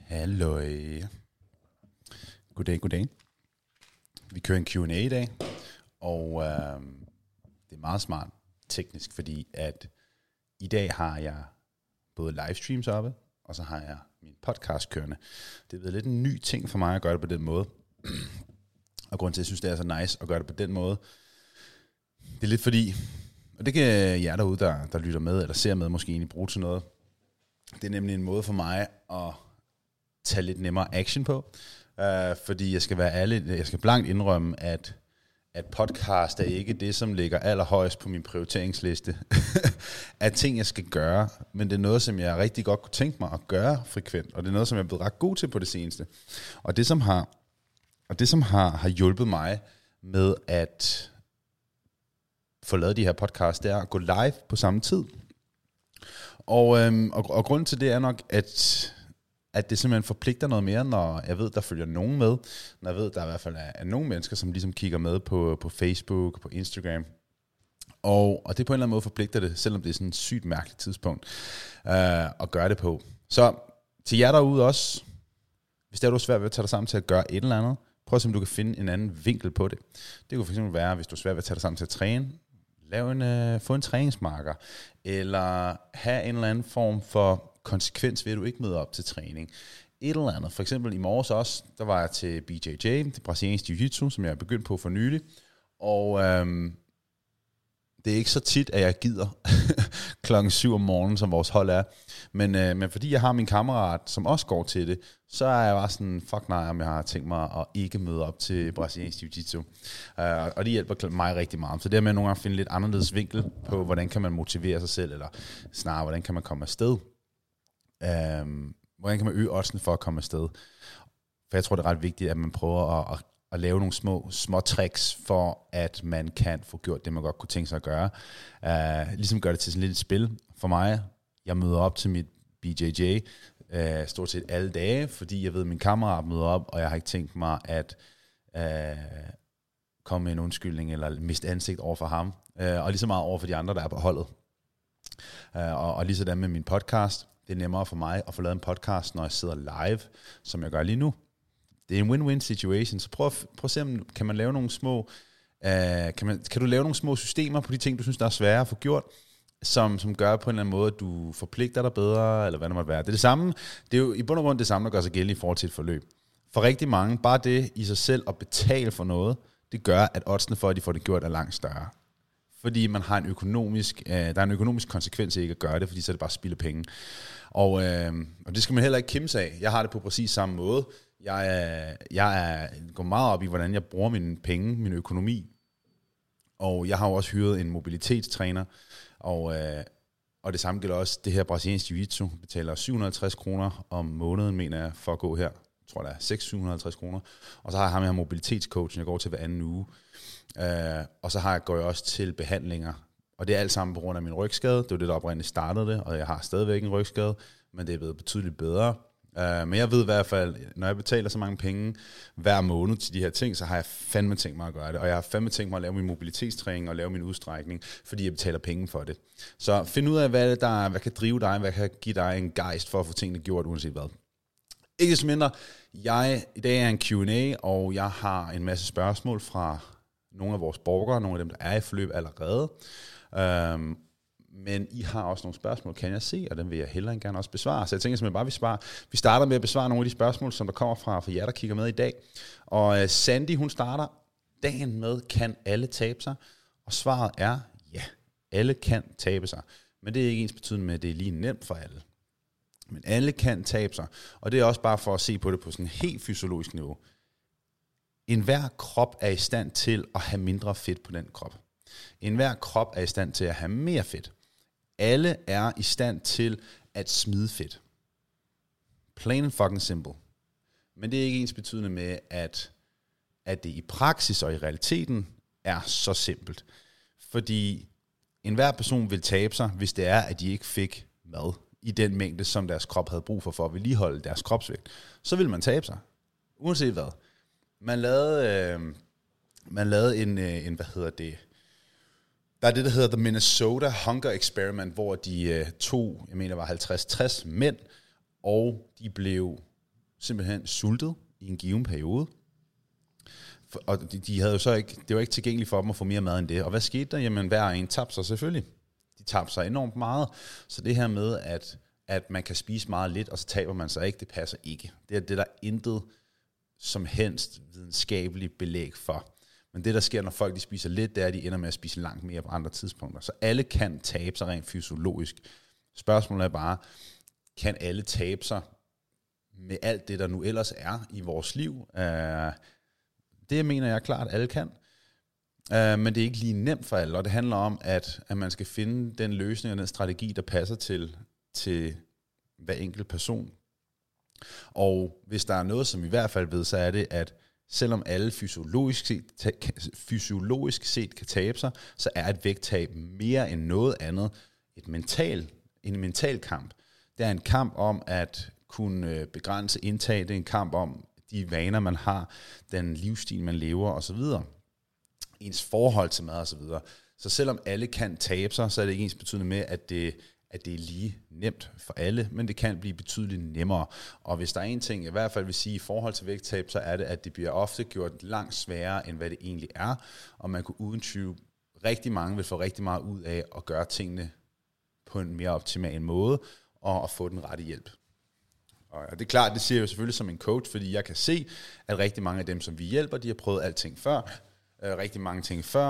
Halløj. Goddag. Vi kører en Q&A i dag, og det er meget smart teknisk, fordi at i dag har jeg både livestreams oppe, og så har jeg min podcast kørende. Det er blevet lidt en ny ting for mig at gøre det på den måde. Og grund til, at jeg synes, det er så nice at gøre det på den måde, det er lidt fordi, og det kan jer derude, der lytter med, eller ser med, måske egentlig bruge til noget. Det er nemlig en måde for mig at tage lidt nemmere action på. Fordi jeg skal være ærlig, jeg skal blankt indrømme, at podcast er ikke det, som ligger allerhøjst på min prioriteringsliste af ting, jeg skal gøre, men det er noget, som jeg rigtig godt kunne tænke mig at gøre frekvent, og det er noget, som jeg er blevet ret god til på det seneste. Og det, som har hjulpet mig med at få lavet de her podcasts, det er at gå live på samme tid. Og grunden til det er nok, at det simpelthen forpligter noget mere, når jeg ved, der følger nogen med. Når jeg ved, der i hvert fald er nogle mennesker, som ligesom kigger med på Facebook, på Instagram. Og det på en eller anden måde forpligter det, selvom det er sådan et sygt mærkeligt tidspunkt at gøre det på. Så til jer derude også, hvis det er svært ved at tage dig sammen til at gøre et eller andet, prøv at se, om du kan finde en anden vinkel på det. Det kunne fx være, hvis du er svært ved at tage dig sammen til at træne, få en træningsmarker, eller have en eller anden form for konsekvens ved, at du ikke møder op til træning. Et eller andet. For eksempel i morges også, der var jeg til BJJ, det brasilianske jiu-jitsu, som jeg er begyndt på for nylig. Og det er ikke så tit, at jeg gider klokken 7 om morgenen, som vores hold er. Men fordi jeg har min kammerat, som også går til det, så er jeg bare sådan, fuck nej, om jeg har tænkt mig at ikke møde op til brasiliansk jiu-jitsu. Og det hjælper mig rigtig meget. Så det er med at nogle gange finde lidt anderledes vinkel på, hvordan kan man motivere sig selv, eller snarere, hvordan kan man komme afsted. Hvordan kan man øge oddsene for at komme afsted? For jeg tror, det er ret vigtigt, at man prøver at lave nogle små tricks, for at man kan få gjort det, man godt kunne tænke sig at gøre. Ligesom gøre det til sådan lidt et spil. For mig, jeg møder op til mit BJJ stort set alle dage, fordi jeg ved, at min kammerat møder op, og jeg har ikke tænkt mig at komme med en undskyldning, eller miste ansigt over for ham. Og lige så meget over for de andre, der er på holdet. Og lige sådan med min podcast. Det er nemmere for mig at få lavet en podcast, når jeg sidder live, som jeg gør lige nu. Det er en win-win situation, så prøv at se, om kan man lave nogle små, kan du lave nogle små systemer på de ting, du synes, der er svære at få gjort, som gør på en eller anden måde, at du forpligter dig bedre, eller hvad det måtte være. Det er det samme, det er jo i bund og grund det samme, der gør sig gældende i forhold til et forløb. For rigtig mange, bare det i sig selv at betale for noget, det gør, at oddsene for, at de får det gjort, er langt større. Fordi man har der er en økonomisk konsekvens i ikke at gøre det, fordi så er det bare spilde penge. Og det skal man heller ikke kimse af. Jeg har det på præcis samme måde. Jeg går meget op i, hvordan jeg bruger mine penge, min økonomi. Og jeg har jo også hyret en mobilitetstræner. Og det samme gælder også det her brasilianske jiu-jitsu. Jeg betaler 750 kroner om måneden, mener jeg, for at gå her. Jeg tror, der er 750 kroner. Og så har jeg ham her mobilitetscoachen, jeg går til hver anden uge. Og så går jeg også til behandlinger. Og det er alt sammen på grund af min rygskade. Det var det, der oprindeligt startede det, og jeg har stadigvæk en rygskade, men det er blevet betydeligt bedre. Men jeg ved i hvert fald, når jeg betaler så mange penge hver måned til de her ting, så har jeg fandme tænkt mig at gøre det. Og jeg har fandme tænkt mig at lave min mobilitetstræning og lave min udstrækning, fordi jeg betaler penge for det. Så find ud af, hvad kan drive dig, hvad kan give dig en gejst for at få tingene gjort, uanset hvad. Ikke så mindre, i dag er en Q&A, og jeg har en masse spørgsmål fra nogle af vores borgere, nogle af dem, der er i forløb allerede. Men I har også nogle spørgsmål, kan jeg se, og dem vil jeg hellere end gerne også besvare. Så jeg tænker simpelthen bare, vi starter med at besvare nogle af de spørgsmål, som der kommer fra jer, der kigger med i dag. Og Sandy, hun starter dagen med, kan alle tabe sig? Og svaret er, ja, alle kan tabe sig. Men det er ikke ens betydende med, at det er lige nemt for alle. Men alle kan tabe sig. Og det er også bare for at se på det på sådan en helt fysiologisk niveau. Enhver krop er i stand til at have mindre fedt på den krop. Enhver krop er i stand til at have mere fedt. Alle er i stand til at smide fedt. Plain and fucking simple. Men det er ikke ens betydende med, at det i praksis og i realiteten er så simpelt. Fordi enhver person vil tabe sig, hvis det er, at de ikke fik mad i den mængde, som deres krop havde brug for at vedligeholde deres kropsvægt. Så vil man tabe sig. Uanset hvad. Man lavede en hvad hedder det? Der er det, der hedder The Minnesota Hunger Experiment, hvor de tog, jeg mener var 50-60 mænd, og de blev simpelthen sultet i en given periode. Og de havde jo så ikke, det var ikke tilgængeligt for dem at få mere mad end det. Og hvad skete der? Jamen hver en tabte sig selvfølgelig. De tabte sig enormt meget. Så det her med, at man kan spise meget lidt, og så taber man sig ikke, det passer ikke. Det er der intet som helst videnskabeligt belæg for. Men det, der sker, når folk de spiser lidt, det er, at de ender med at spise langt mere på andre tidspunkter. Så alle kan tabe sig rent fysiologisk. Spørgsmålet er bare, kan alle tabe sig med alt det, der nu ellers er i vores liv? Det mener jeg klart, at alle kan. Men det er ikke lige nemt for alle, og det handler om, at man skal finde den løsning og den strategi, der passer til hver enkelt person. Og hvis der er noget, som vi i hvert fald ved, så er det, at selvom alle fysiologisk set kan tabe sig, så er et vægttab mere end noget andet en mental kamp. Det er en kamp om at kunne begrænse indtag, det er en kamp om de vaner, man har, den livsstil, man lever osv., ens forhold til mad osv. Så selvom alle kan tabe sig, så er det ikke ens betydende med, at det er lige nemt for alle, men det kan blive betydeligt nemmere. Og hvis der er en ting, jeg i hvert fald vil sige i forhold til vægttab, så er det, at det bliver ofte gjort langt sværere, end hvad det egentlig er. Og man kunne uden tvivl, rigtig mange vil få rigtig meget ud af at gøre tingene på en mere optimal måde, og at få den rette hjælp. Og det er klart, det siger jeg jo selvfølgelig som en coach, fordi jeg kan se, at rigtig mange af dem, som vi hjælper, de har prøvet alting før, rigtig mange ting før,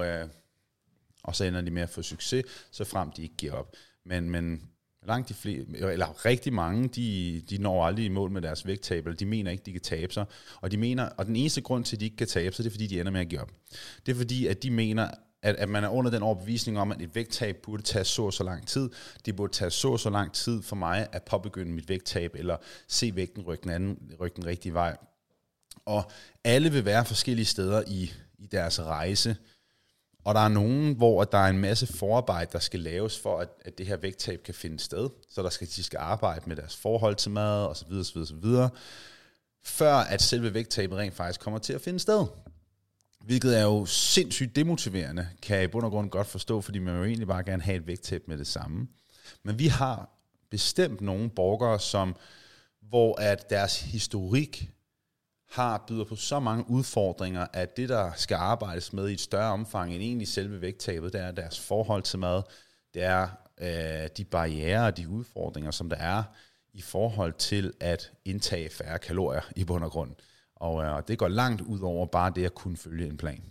og så ender de med at få succes, så frem de ikke giver op. Men langt de flere, eller rigtig mange, de når aldrig i mål med deres vægttab, eller de mener ikke, de kan tabe sig. Og den eneste grund til, at de ikke kan tabe sig, det er, fordi de ender med at give op. Det er fordi, at de mener, at man er under den overbevisning om, at et vægttab burde tage så lang tid. Det burde tage så lang tid for mig at påbegynde mit vægttab, eller se vægten rykke den rigtige vej. Og alle vil være forskellige steder i deres rejse. Og der er nogen, hvor der er en masse forarbejde, der skal laves for, at det her vægttab kan finde sted. Så de skal arbejde med deres forhold til mad, osv., før at selve vægttabet rent faktisk kommer til at finde sted. Hvilket er jo sindssygt demotiverende, kan jeg i bund og grund godt forstå, fordi man jo egentlig bare gerne have et vægttab med det samme. Men vi har bestemt nogle borgere, hvor at deres historik byder på så mange udfordringer, at det, der skal arbejdes med i et større omfang end egentlig selve vægttabet, det er deres forhold til mad, det er de barrierer og de udfordringer, som der er i forhold til at indtage færre kalorier i bund og grund. Og det går langt ud over bare det at kunne følge en plan.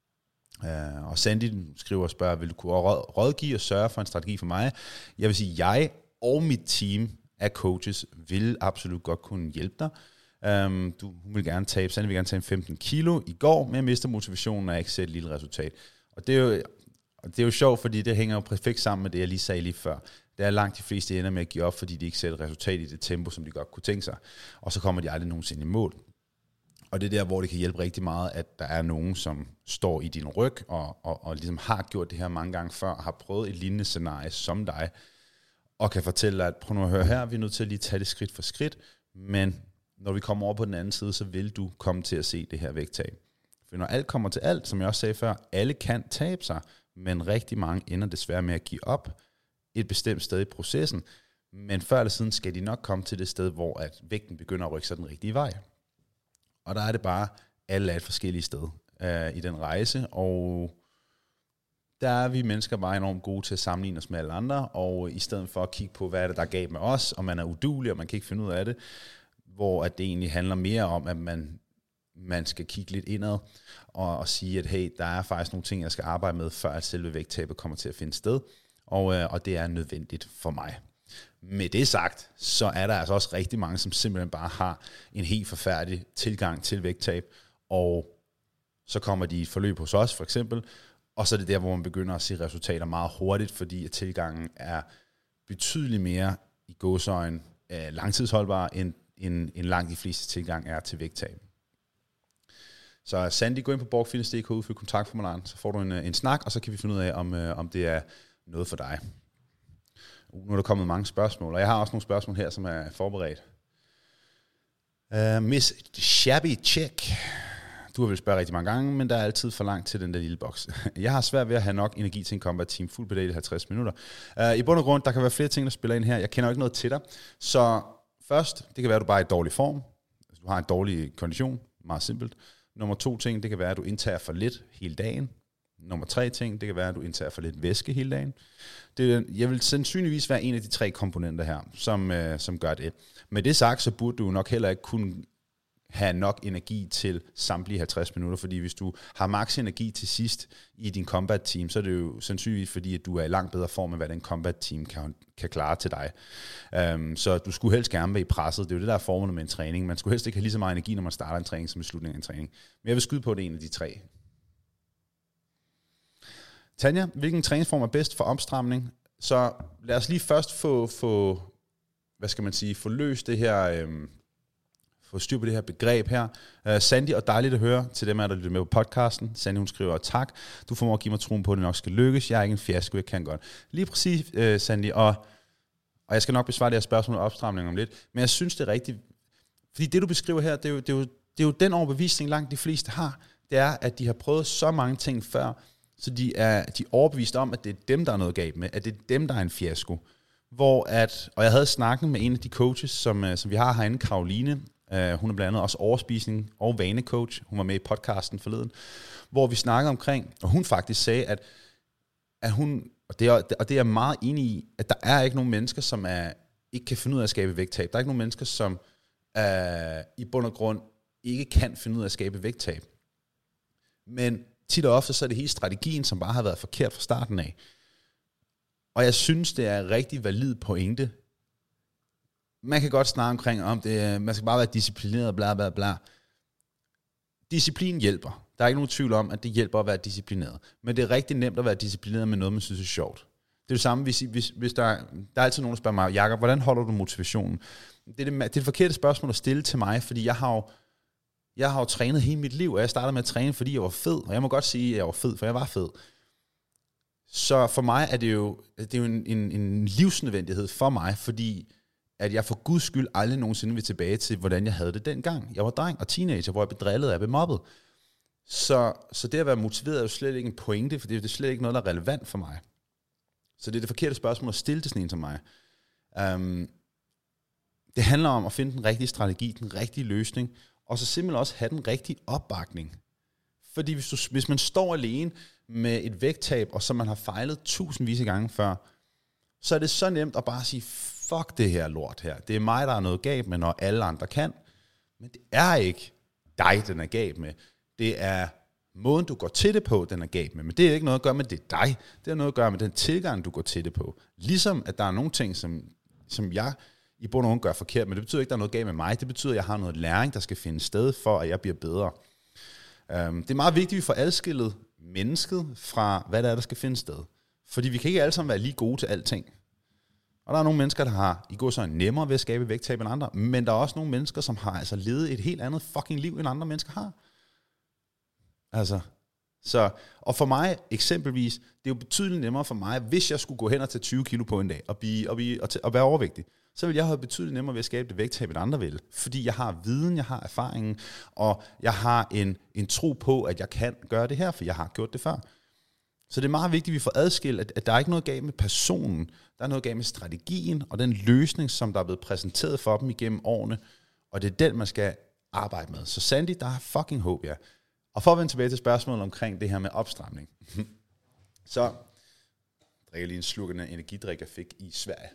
Og Sandy skriver og spørger, vil du kunne rådgive og sørge for en strategi for mig? Jeg vil sige, jeg og mit team af coaches vil absolut godt kunne hjælpe dig. Hun vil gerne tabe, Sandy vil gerne tage 15 kilo i går, men jeg mister motivationen og ikke se et lille resultat. Og det er jo sjovt, fordi det hænger jo perfekt sammen med det, jeg lige sagde lige før. Det er langt de fleste ender med at give op, fordi de ikke ser et resultat i det tempo, som de godt kunne tænke sig. Og så kommer de aldrig nogensinde i mål. Og det er der, hvor det kan hjælpe rigtig meget, at der er nogen, som står i din ryg, og ligesom har gjort det her mange gange før, har prøvet et lignende scenarie som dig, og kan fortælle dig, at prøv nu at høre her, vi er nødt til at lige tage det skridt for skridt, men når vi kommer over på den anden side, så vil du komme til at se det her vægttab. For når alt kommer til alt, som jeg også sagde før, alle kan tabe sig, men rigtig mange ender desværre med at give op et bestemt sted i processen, men før eller siden skal de nok komme til det sted, hvor at vægten begynder at rykke sig den rigtige vej. Og der er det bare, alle er et forskellige sted i den rejse, og der er vi mennesker bare enormt gode til at sammenligne os med alle andre, og i stedet for at kigge på, hvad er det, der er galt med os, og man er uduelig, og man kan ikke finde ud af det, hvor at det egentlig handler mere om, at man skal kigge lidt indad, og sige, at hey, der er faktisk nogle ting, jeg skal arbejde med, før at selve vægttabet kommer til at finde sted, og det er nødvendigt for mig. Med det sagt, så er der altså også rigtig mange, som simpelthen bare har en helt forfærdelig tilgang til vægttab, og så kommer de i et forløb hos os for eksempel, og så er det der, hvor man begynder at se resultater meget hurtigt, fordi at tilgangen er betydeligt mere i gåseøjne langtidsholdbar, end langt de fleste tilgang er til vægttab. Så Sandy, gå ind på borgfitness.dk, udfyld kontaktformularen, så får du en snak, og så kan vi finde ud af, om det er noget for dig. Nu er der kommet mange spørgsmål, og jeg har også nogle spørgsmål her, som er forberedt. Miss Shabby Check. Du har vel spørget rigtig mange gange, men der er altid for langt til den der lille boks. Jeg har svært ved at have nok energi til en combat team fuld pedal i 50 minutter. I bund og grund, der kan være flere ting, der spiller ind her. Jeg kender jo ikke noget til dig, så Først, det kan være, at du bare er i dårlig form. Altså, du har en dårlig kondition, meget simpelt. Nummer 2 ting, det kan være, at du indtager for lidt hele dagen. Nummer 3 ting, det kan være, at du indtager for lidt væske hele dagen. Jeg vil sandsynligvis være en af de 3 komponenter her, som gør det. Med det sagt, så burde du nok heller ikke kunne have nok energi til samtlige 50 minutter, fordi hvis du har maks energi til sidst i din combat team, så er det jo sandsynligvis fordi, at du er i langt bedre form, end hvad den combat team kan klare til dig. Så du skulle helst gerne være i presset. Det er jo det, der er formålet med en træning. Man skulle helst ikke have lige så meget energi, når man starter en træning, som i slutningen af en træning. Men jeg vil skyde på, det en af de 3. Tanja, hvilken træningsform er bedst for opstramning? Så lad os lige først få løst det her, få styr på det her begreb her. Sandy, og dejligt at høre til dem, der lytter med på podcasten. Sandy, hun skriver, tak. Du formår at give mig troen på, at det nok skal lykkes. Jeg er ikke en fiasko, jeg kan godt. Lige præcis, Sandy, og jeg skal nok besvare det her spørgsmål om opstramning om lidt, men jeg synes, det er rigtigt. Fordi det, du beskriver her, det er jo den overbevisning, langt de fleste har. Det er, at de har prøvet så mange ting før, så de er overbevist om, at det er dem, der er noget galt med, at det er dem, der er en fiasko. Og jeg havde snakket med en af de coaches, som vi har herinde, Karoline. Hun er blandt andet også overspisning og vanecoach. Hun var med i podcasten forleden, hvor vi snakkede omkring, og hun faktisk sagde, at hun, og det er jeg meget enig i, at der er ikke nogen mennesker, som ikke kan finde ud af at skabe vægttab. Der er ikke nogen mennesker, som i bund og grund ikke kan finde ud af at skabe vægttab. Men tit og ofte så er det hele strategien, som bare har været forkert fra starten af. Og jeg synes, det er en rigtig valid pointe. Man kan godt snakke omkring, om det, man skal bare være disciplineret, bla bla bla. Disciplin hjælper. Der er ikke nogen tvivl om, at det hjælper at være disciplineret. Men det er rigtig nemt at være disciplineret med noget, man synes er sjovt. Det er det samme, hvis der er altid nogen, der spørger mig, Jakob, hvordan holder du motivationen? Det er det forkerte spørgsmål at stille til mig, fordi jeg har jo trænet hele mit liv, og jeg startede med at træne, fordi jeg var fed. Og jeg må godt sige, at jeg var fed, for jeg var fed. Så for mig er det jo en livsnødvendighed for mig, fordi at jeg for Guds skyld aldrig nogensinde vil tilbage til, hvordan jeg havde det dengang. Jeg var dreng og teenager, hvor jeg blev drillet og jeg blev mobbet. Så det at være motiveret er jo slet ikke en pointe, for det er slet ikke noget, der er relevant for mig. Så det er det forkerte spørgsmål at stille til sådan en som mig. Det handler om at finde den rigtige strategi, den rigtige løsning, og så simpelthen også have den rigtige opbakning. Fordi hvis man står alene med et vægttab, og så man har fejlet tusindvis af gange før, så er det så nemt at bare sige, fuck det her lort her. Det er mig, der er noget galt med, når alle andre kan. Men det er ikke dig, den er galt med. Det er måden, du går til det på, den er galt med. Men det er ikke noget at gøre med, det er dig. Det har noget at gøre med den tilgang, du går til det på. Ligesom at der er nogle ting, som jeg i bund og grund gør forkert, men det betyder ikke, at der er noget galt med mig. Det betyder, at jeg har noget læring, der skal finde sted for, at jeg bliver bedre. Det er meget vigtigt, at vi får adskillet mennesket fra, hvad der skal finde sted. Fordi vi kan ikke alle sammen være lige gode til alting. Og der er nogle mennesker, der har i går så nemmere ved at skabe vægttab end andre, men der er også nogle mennesker, som har altså levet et helt andet fucking liv, end andre mennesker har. Og for mig eksempelvis, det er jo betydeligt nemmere for mig, hvis jeg skulle gå hen og tage 20 kilo på en dag og være overvægtig, så vil jeg have betydeligt nemmere ved at skabe det vægttab, end andre vil. Fordi jeg har viden, jeg har erfaringen, og jeg har en tro på, at jeg kan gøre det her, for jeg har gjort det før. Så det er meget vigtigt, at vi får adskilt, at der er ikke noget galt med personen, der er noget galt med strategien, og den løsning, som der er blevet præsenteret for dem igennem årene, og det er den, man skal arbejde med. Så Sandy, der er fucking håb, ja. Og for at vende tilbage til spørgsmålet omkring det her med opstramning, så drikker jeg lige en slurk af den energidrik, jeg fik i Sverige.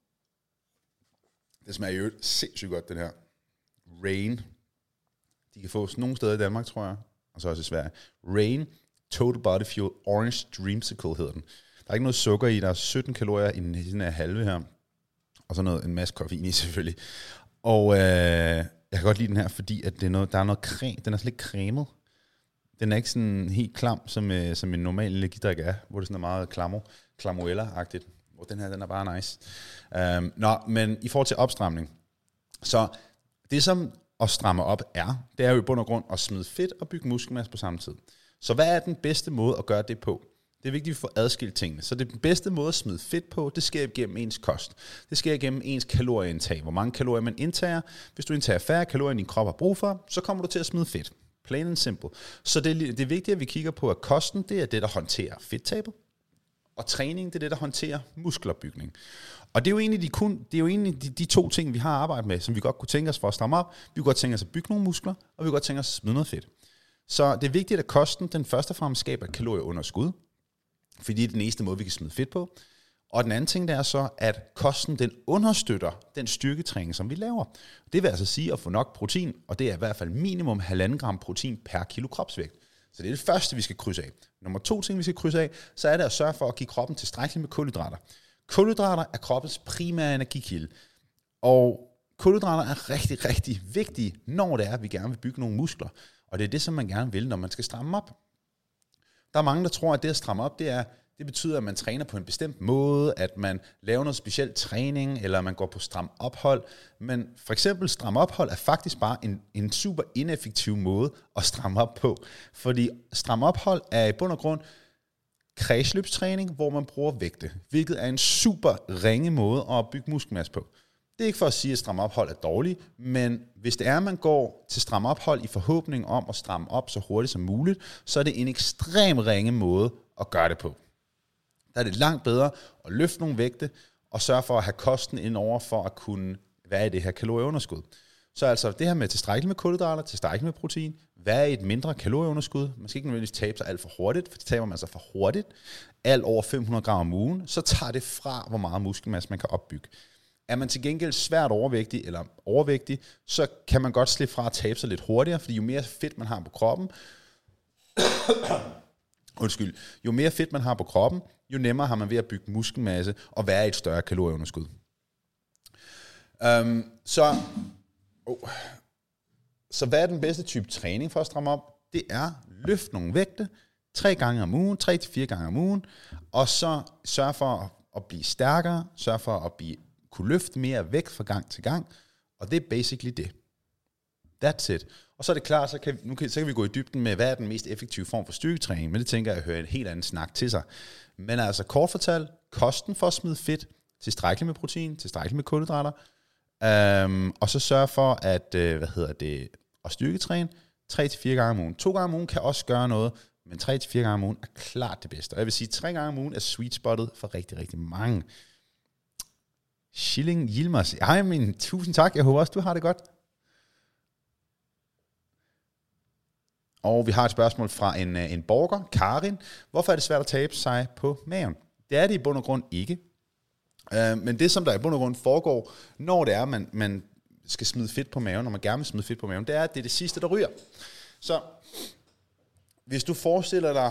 Det smager jo sindssygt godt, den her. Rain. De kan fås nogle steder i Danmark, tror jeg, og så også i Sverige. Rain Total Body Fuel Orange Dreamsicle hedder den. Der er ikke noget sukker i, der er 17 kalorier i den her halve her, og så en masse koffein i selvfølgelig. Og jeg kan godt lide den her, fordi at der er noget creme, den er sådan lidt cremet. Den er ikke sådan helt klam, som en normal energidrik er, hvor det sådan er meget klamoella-agtigt. Og den her, den er bare nice. Men i forhold til opstramning, så det som at stramme op det er jo i bund og grund at smide fedt og bygge muskelmasse på samme tid. Så hvad er den bedste måde at gøre det på? Det er vigtigt, at vi får adskilt tingene. Så det bedste måde at smide fedt på, det sker igennem ens kost. Det sker igennem ens kalorieindtag. Hvor mange kalorier man indtager. Hvis du indtager færre kalorier, end din krop har brug for, så kommer du til at smide fedt. Plain and simple. Så det er vigtigt, at vi kigger på, at kosten, det er det, der håndterer fedttabet. og træning, det er det, der håndterer muskelopbygning. Og det er jo egentlig de to ting, vi har arbejdet med, som vi godt kunne tænke os for at stramme op. Vi kunne godt tænke os at bygge nogle muskler, og vi kunne godt tænke os at smide noget fedt. Så det er vigtigt, at kosten, den først og fremmest skaber kalorieunderskud, fordi det er den eneste måde, vi kan smide fedt på. Og den anden ting, det er så, at kosten, den understøtter den styrketræning, som vi laver. Det vil altså sige at få nok protein, og det er i hvert fald minimum 1,5 gram protein per kilo kropsvægt. Så det er det første, vi skal krydse af. Nummer 2 ting, vi skal krydse af, så er det at sørge for at give kroppen tilstrækkeligt med kulhydrater. Kulhydrater er kroppens primære energikilde, og kulhydrater er rigtig, rigtig vigtige, når det er, at vi gerne vil bygge nogle muskler. Og det er det, som man gerne vil, når man skal stramme op. Der er mange, der tror, at det at stramme op, det betyder, at man træner på en bestemt måde, at man laver noget speciel træning, eller man går på stram ophold. Men for eksempel stram ophold er faktisk bare en super ineffektiv måde at stramme op på. Fordi stram ophold er i bund og grund kredsløbstræning, hvor man bruger vægte, hvilket er en super ringe måde at bygge muskelmasse på. Det er ikke for at sige, at stram ophold er dårligt, men hvis det er, at man går til stram ophold i forhåbning om at stramme op så hurtigt som muligt, så er det en ekstrem ringe måde at gøre det på. Der er det langt bedre at løfte nogle vægte og sørge for at have kosten ind over for at kunne være i det her kalorieunderskud. Så altså det her med tilstrækkeligt med kulhydrater, tilstrækkeligt med protein, være i et mindre kalorieunderskud. Man skal ikke nødvendigvis tabe sig alt for hurtigt, for det taber man sig for hurtigt. Alt over 500 gram om ugen, så tager det fra, hvor meget muskelmasse man kan opbygge. Er man til gengæld svært overvægtig eller overvægtig, så kan man godt slippe fra at tabe sig lidt hurtigere, fordi jo mere fedt man har på kroppen, jo mere fedt man har på kroppen, jo nemmere har man ved at bygge muskelmasse og være i et større kalorieunderskud. Så hvad er den bedste type træning for at stramme op? Det er løft nogle vægte 3 gange om ugen, 3 til 4 gange om ugen, og så sørge for at blive stærkere, sørge for at kunne løfte mere vægt fra gang til gang, og det er basically det. That's it. Og så er det klart, så kan vi gå i dybden med, hvad er den mest effektive form for styrketræning, men det tænker jeg hører en helt anden snak til sig. Men altså kort fortalt, kosten for at smide fedt, tilstrækkeligt med protein, tilstrækkeligt med kulhydrater, og så sørge for at, at styrketræne 3-4 gange om ugen. 2 gange om ugen kan også gøre noget, men 3-4 gange om ugen er klart det bedste. Og jeg vil sige, 3 gange om ugen er sweet spottet for rigtig, rigtig mange. Schilling Yilmaz. Hej min, tusind tak. Jeg håber også, du har det godt. Og vi har et spørgsmål fra en borger, Karin. Hvorfor er det svært at tabe sig på maven? Det er det i bund og grund ikke. Men det, som der i bund og grund foregår, når det er, man skal smide fedt på maven, når man gerne vil smide fedt på maven, det er, at det er det sidste, der ryger. Så hvis du forestiller dig,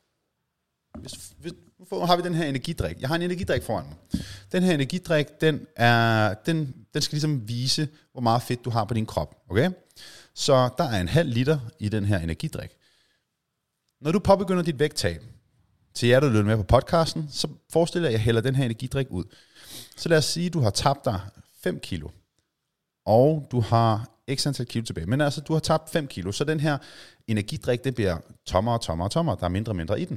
nu har vi den her energidrik. Jeg har en energidrik foran mig. Den her energidrik, den skal ligesom vise, hvor meget fedt du har på din krop. Okay? Så der er 0,5 liter i den her energidrik. Når du påbegynder dit vægttab, til jer, der lytter med på podcasten, så forestiller jeg, at jeg hælder den her energidrik ud. Så lad os sige, at du har tabt dig 5 kilo, og du har x antal kilo tilbage. Men altså, du har tabt 5 kilo, så den her energidrik, det bliver tommere og tommere og tommere. Der er mindre og mindre i den.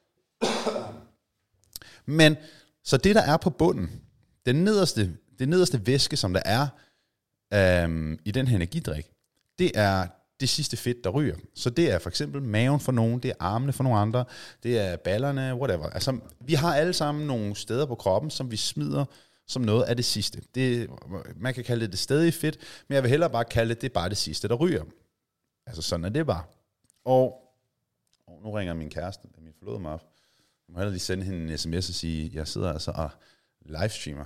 Men, så det, der er på bunden, det nederste væske, som der er i den her energidrik, det er det sidste fedt, der ryger. Så det er for eksempel maven for nogen, det er armene for nogle andre, det er ballerne, whatever. Altså, vi har alle sammen nogle steder på kroppen, som vi smider som noget af det sidste. Man kan kalde det stadig fedt, men jeg vil hellere bare kalde det er bare det sidste, der ryger. Altså sådan er det bare. Og nu ringer min kæreste, min forlod mig op. Jeg må hellere lige sende hende en sms og sige, jeg sidder altså og livestreamer.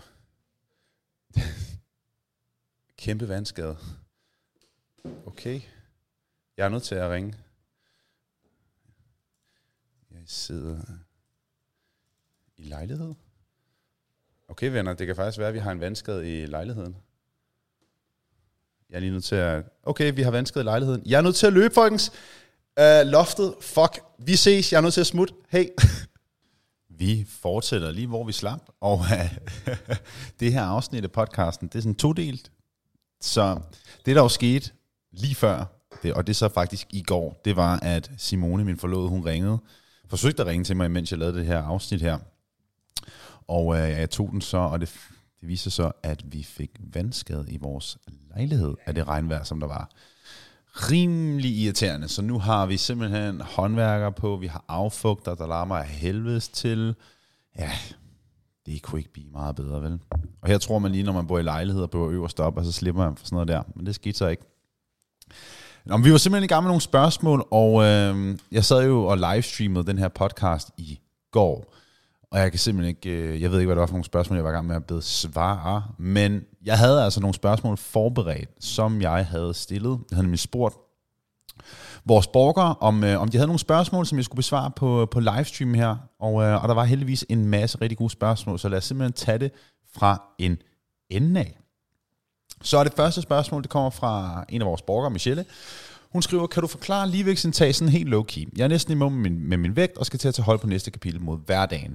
Kæmpe vandskade. Okay. Jeg er nødt til at ringe. Jeg sidder i lejlighed. Okay venner, det kan faktisk være, at vi har en vandskade i lejligheden. Jeg er lige nødt til at... Okay, vi har vandskade i lejligheden. Jeg er nødt til at løbe, folkens. Loftet, fuck. Vi ses, jeg er nødt til at smutte. Hey. Vi fortsætter lige, hvor vi slap. Og det her afsnit af podcasten, det er sådan todelt. Så det, der jo skete lige før, og det så faktisk i går, det var, at Simone, min forlovede, hun forsøgte at ringe til mig, mens jeg lavede det her afsnit her. Og jeg tog den så, og det viste så, at vi fik vandskade i vores lejlighed af det regnvejr, som der var. Rimelig irriterende, så nu har vi simpelthen håndværkere på, vi har affugter, der larmer af helvedes til. Ja, det kunne ikke blive meget bedre, vel? Og her tror man lige, når man bor i lejlighed og bor øverst op, og så slipper man for sådan noget der. Men det skete så ikke. Nå, vi var simpelthen i gang med nogle spørgsmål, og jeg sad jo og livestreamede den her podcast i går. Og jeg kan simpelthen ikke, jeg ved ikke, hvad det var for nogle spørgsmål, jeg var i gang med at besvare. Men jeg havde altså nogle spørgsmål forberedt, som jeg havde stillet. Jeg havde nemlig spurgt vores borgere, om de havde nogle spørgsmål, som jeg skulle besvare på livestream her. Og der var heldigvis en masse rigtig gode spørgsmål, så lad os simpelthen tage det fra en ende af. Så er det første spørgsmål, det kommer fra en af vores borgere, Michelle. Hun skriver, kan du forklare ligevægtsindtag sådan helt low-key? Jeg er næsten i mål med min vægt, og skal til at tage hold på næste kapitel mod hverdagen.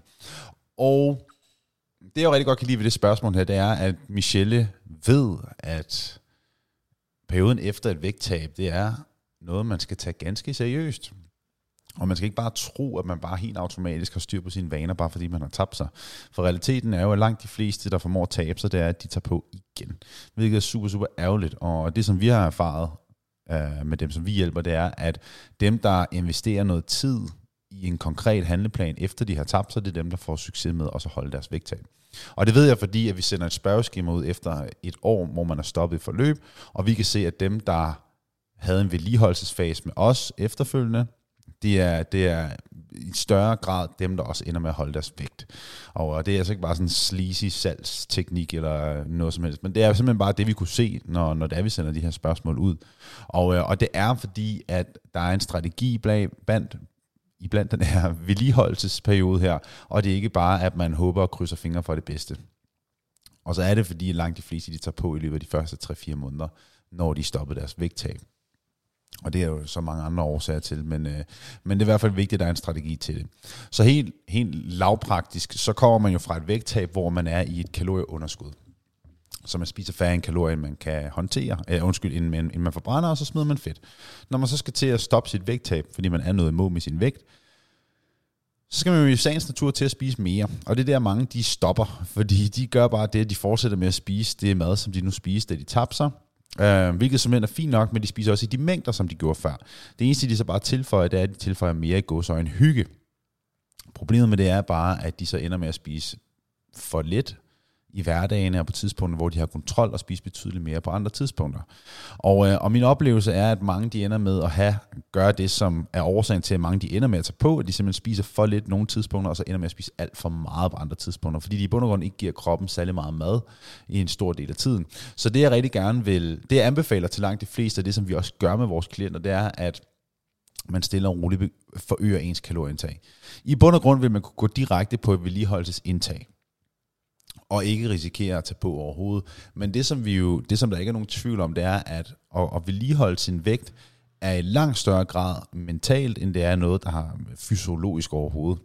Og det, jeg rigtig godt kan lide ved det spørgsmål her, det er, at Michelle ved, at perioden efter et vægttab, det er noget, man skal tage ganske seriøst. Og man skal ikke bare tro, at man bare helt automatisk har styr på sine vaner, bare fordi man har tabt sig. For realiteten er jo, at langt de fleste, der formår at tabe sig, det er, at de tager på igen. Hvilket er super, super ærgerligt. Og det, som vi har erfaret med dem, som vi hjælper, det er, at dem, der investerer noget tid i en konkret handleplan, efter de har tabt sig, det er dem, der får succes med også at holde deres vægttab. Og det ved jeg, fordi at vi sender et spørgeskema ud efter et år, hvor man er stoppet i forløb, og vi kan se, at dem, der havde en vedligeholdelsesfase med os efterfølgende, det er i større grad dem, der også ender med at holde deres vægt. Og det er altså ikke bare sådan en sleazy salgsteknik eller noget som helst, men det er simpelthen bare det, vi kunne se, når det er, vi sender de her spørgsmål ud. Og det er fordi, at der er en strategi iblandt den her vedligeholdelsesperiode her, og det er ikke bare, at man håber og krydser fingre for det bedste. Og så er det, fordi langt de fleste, de tager på i løbet af de første 3-4 måneder, når de stopper deres vægttab. Og det er jo så mange andre årsager til, men det er i hvert fald vigtigt, at der er en strategi til det. Så helt lavpraktisk, så kommer man jo fra et vægttab, hvor man er i et kalorieunderskud. Så man spiser færre end kalorier, end man kan håndtere, inden man forbrænder, og så smider man fedt. Når man så skal til at stoppe sit vægttab, fordi man er noget imod med sin vægt, så skal man jo i sagens natur til at spise mere. Og det er der mange, de stopper, fordi de gør bare det, at de fortsætter med at spise det mad, som de nu spiste, da de tabte sig. Hvilket simpelthen er fint nok, men de spiser også i de mængder, som de gjorde før. Det eneste, de så bare tilføjer, det er, at de tilføjer mere i gåseøjne hygge. Problemet med det er bare, at de så ender med at spise for lidt i hverdagen og på tidspunkter, hvor de har kontrol og spise betydeligt mere på andre tidspunkter. Og min oplevelse er, at mange de ender med at gøre det, som er årsagen til, at mange de ender med at tage på, at de simpelthen spiser for lidt nogle tidspunkter, og så ender med at spise alt for meget på andre tidspunkter, fordi de i bund og grund ikke giver kroppen særlig meget mad i en stor del af tiden. Så det jeg rigtig gerne vil, det jeg anbefaler til langt de fleste af det, som vi også gør med vores klienter, det er, at man stille og roligt forøger ens kalorieindtag. I bund og grund vil man kunne gå direkte på et vedligeholdelsesindtag og ikke risikere at tage på overhovedet. Men det som der ikke er nogen tvivl om, det er, at vedligeholde sin vægt er i langt større grad mentalt, end det er noget, der har fysiologisk overhovedet.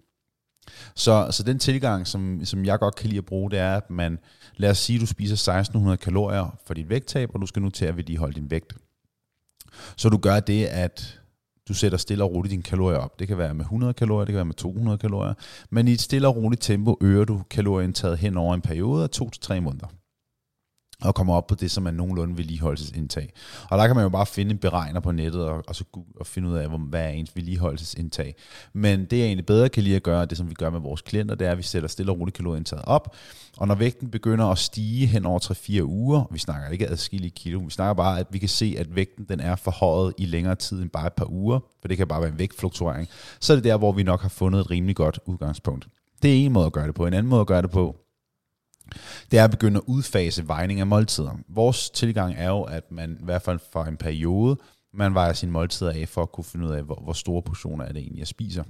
Så den tilgang, som jeg godt kan lide at bruge, det er, at man, lad os sige, at du spiser 1600 kalorier for dit vægttab, og du skal nu til at vedligeholde din vægt. Så du gør det, at du sætter stille og roligt dine kalorier op. Det kan være med 100 kalorier, det kan være med 200 kalorier. Men i et stille og roligt tempo øger du kalorieindtaget hen over en periode af 2 til 3 måneder. Og kommer op på det, som er nogenlunde vedligeholdelsesindtag. Og der kan man jo bare finde en beregner på nettet, og så finde ud af, hvad er ens vedligeholdelsesindtag. Men det, jeg egentlig bedre kan lide at gøre, det som vi gør med vores klienter, det er, at vi sætter stille og roligt kalorieindtaget op. Og når vægten begynder at stige hen over 3-4 uger, vi snakker ikke adskillige kilo, vi snakker bare, at vi kan se, at vægten den er forhøjet i længere tid end bare et par uger, for det kan bare være en vægtfluktuering, så er det der, hvor vi nok har fundet et rimelig godt udgangspunkt. Det er en måde at gøre det på. En anden måde at gøre det på, det er at begynde at udfase vejning af måltider. Vores tilgang er jo, at man i hvert fald for en periode, man vejer sine måltider af, for at kunne finde ud af, hvor store portioner er det egentlig, jeg spiser.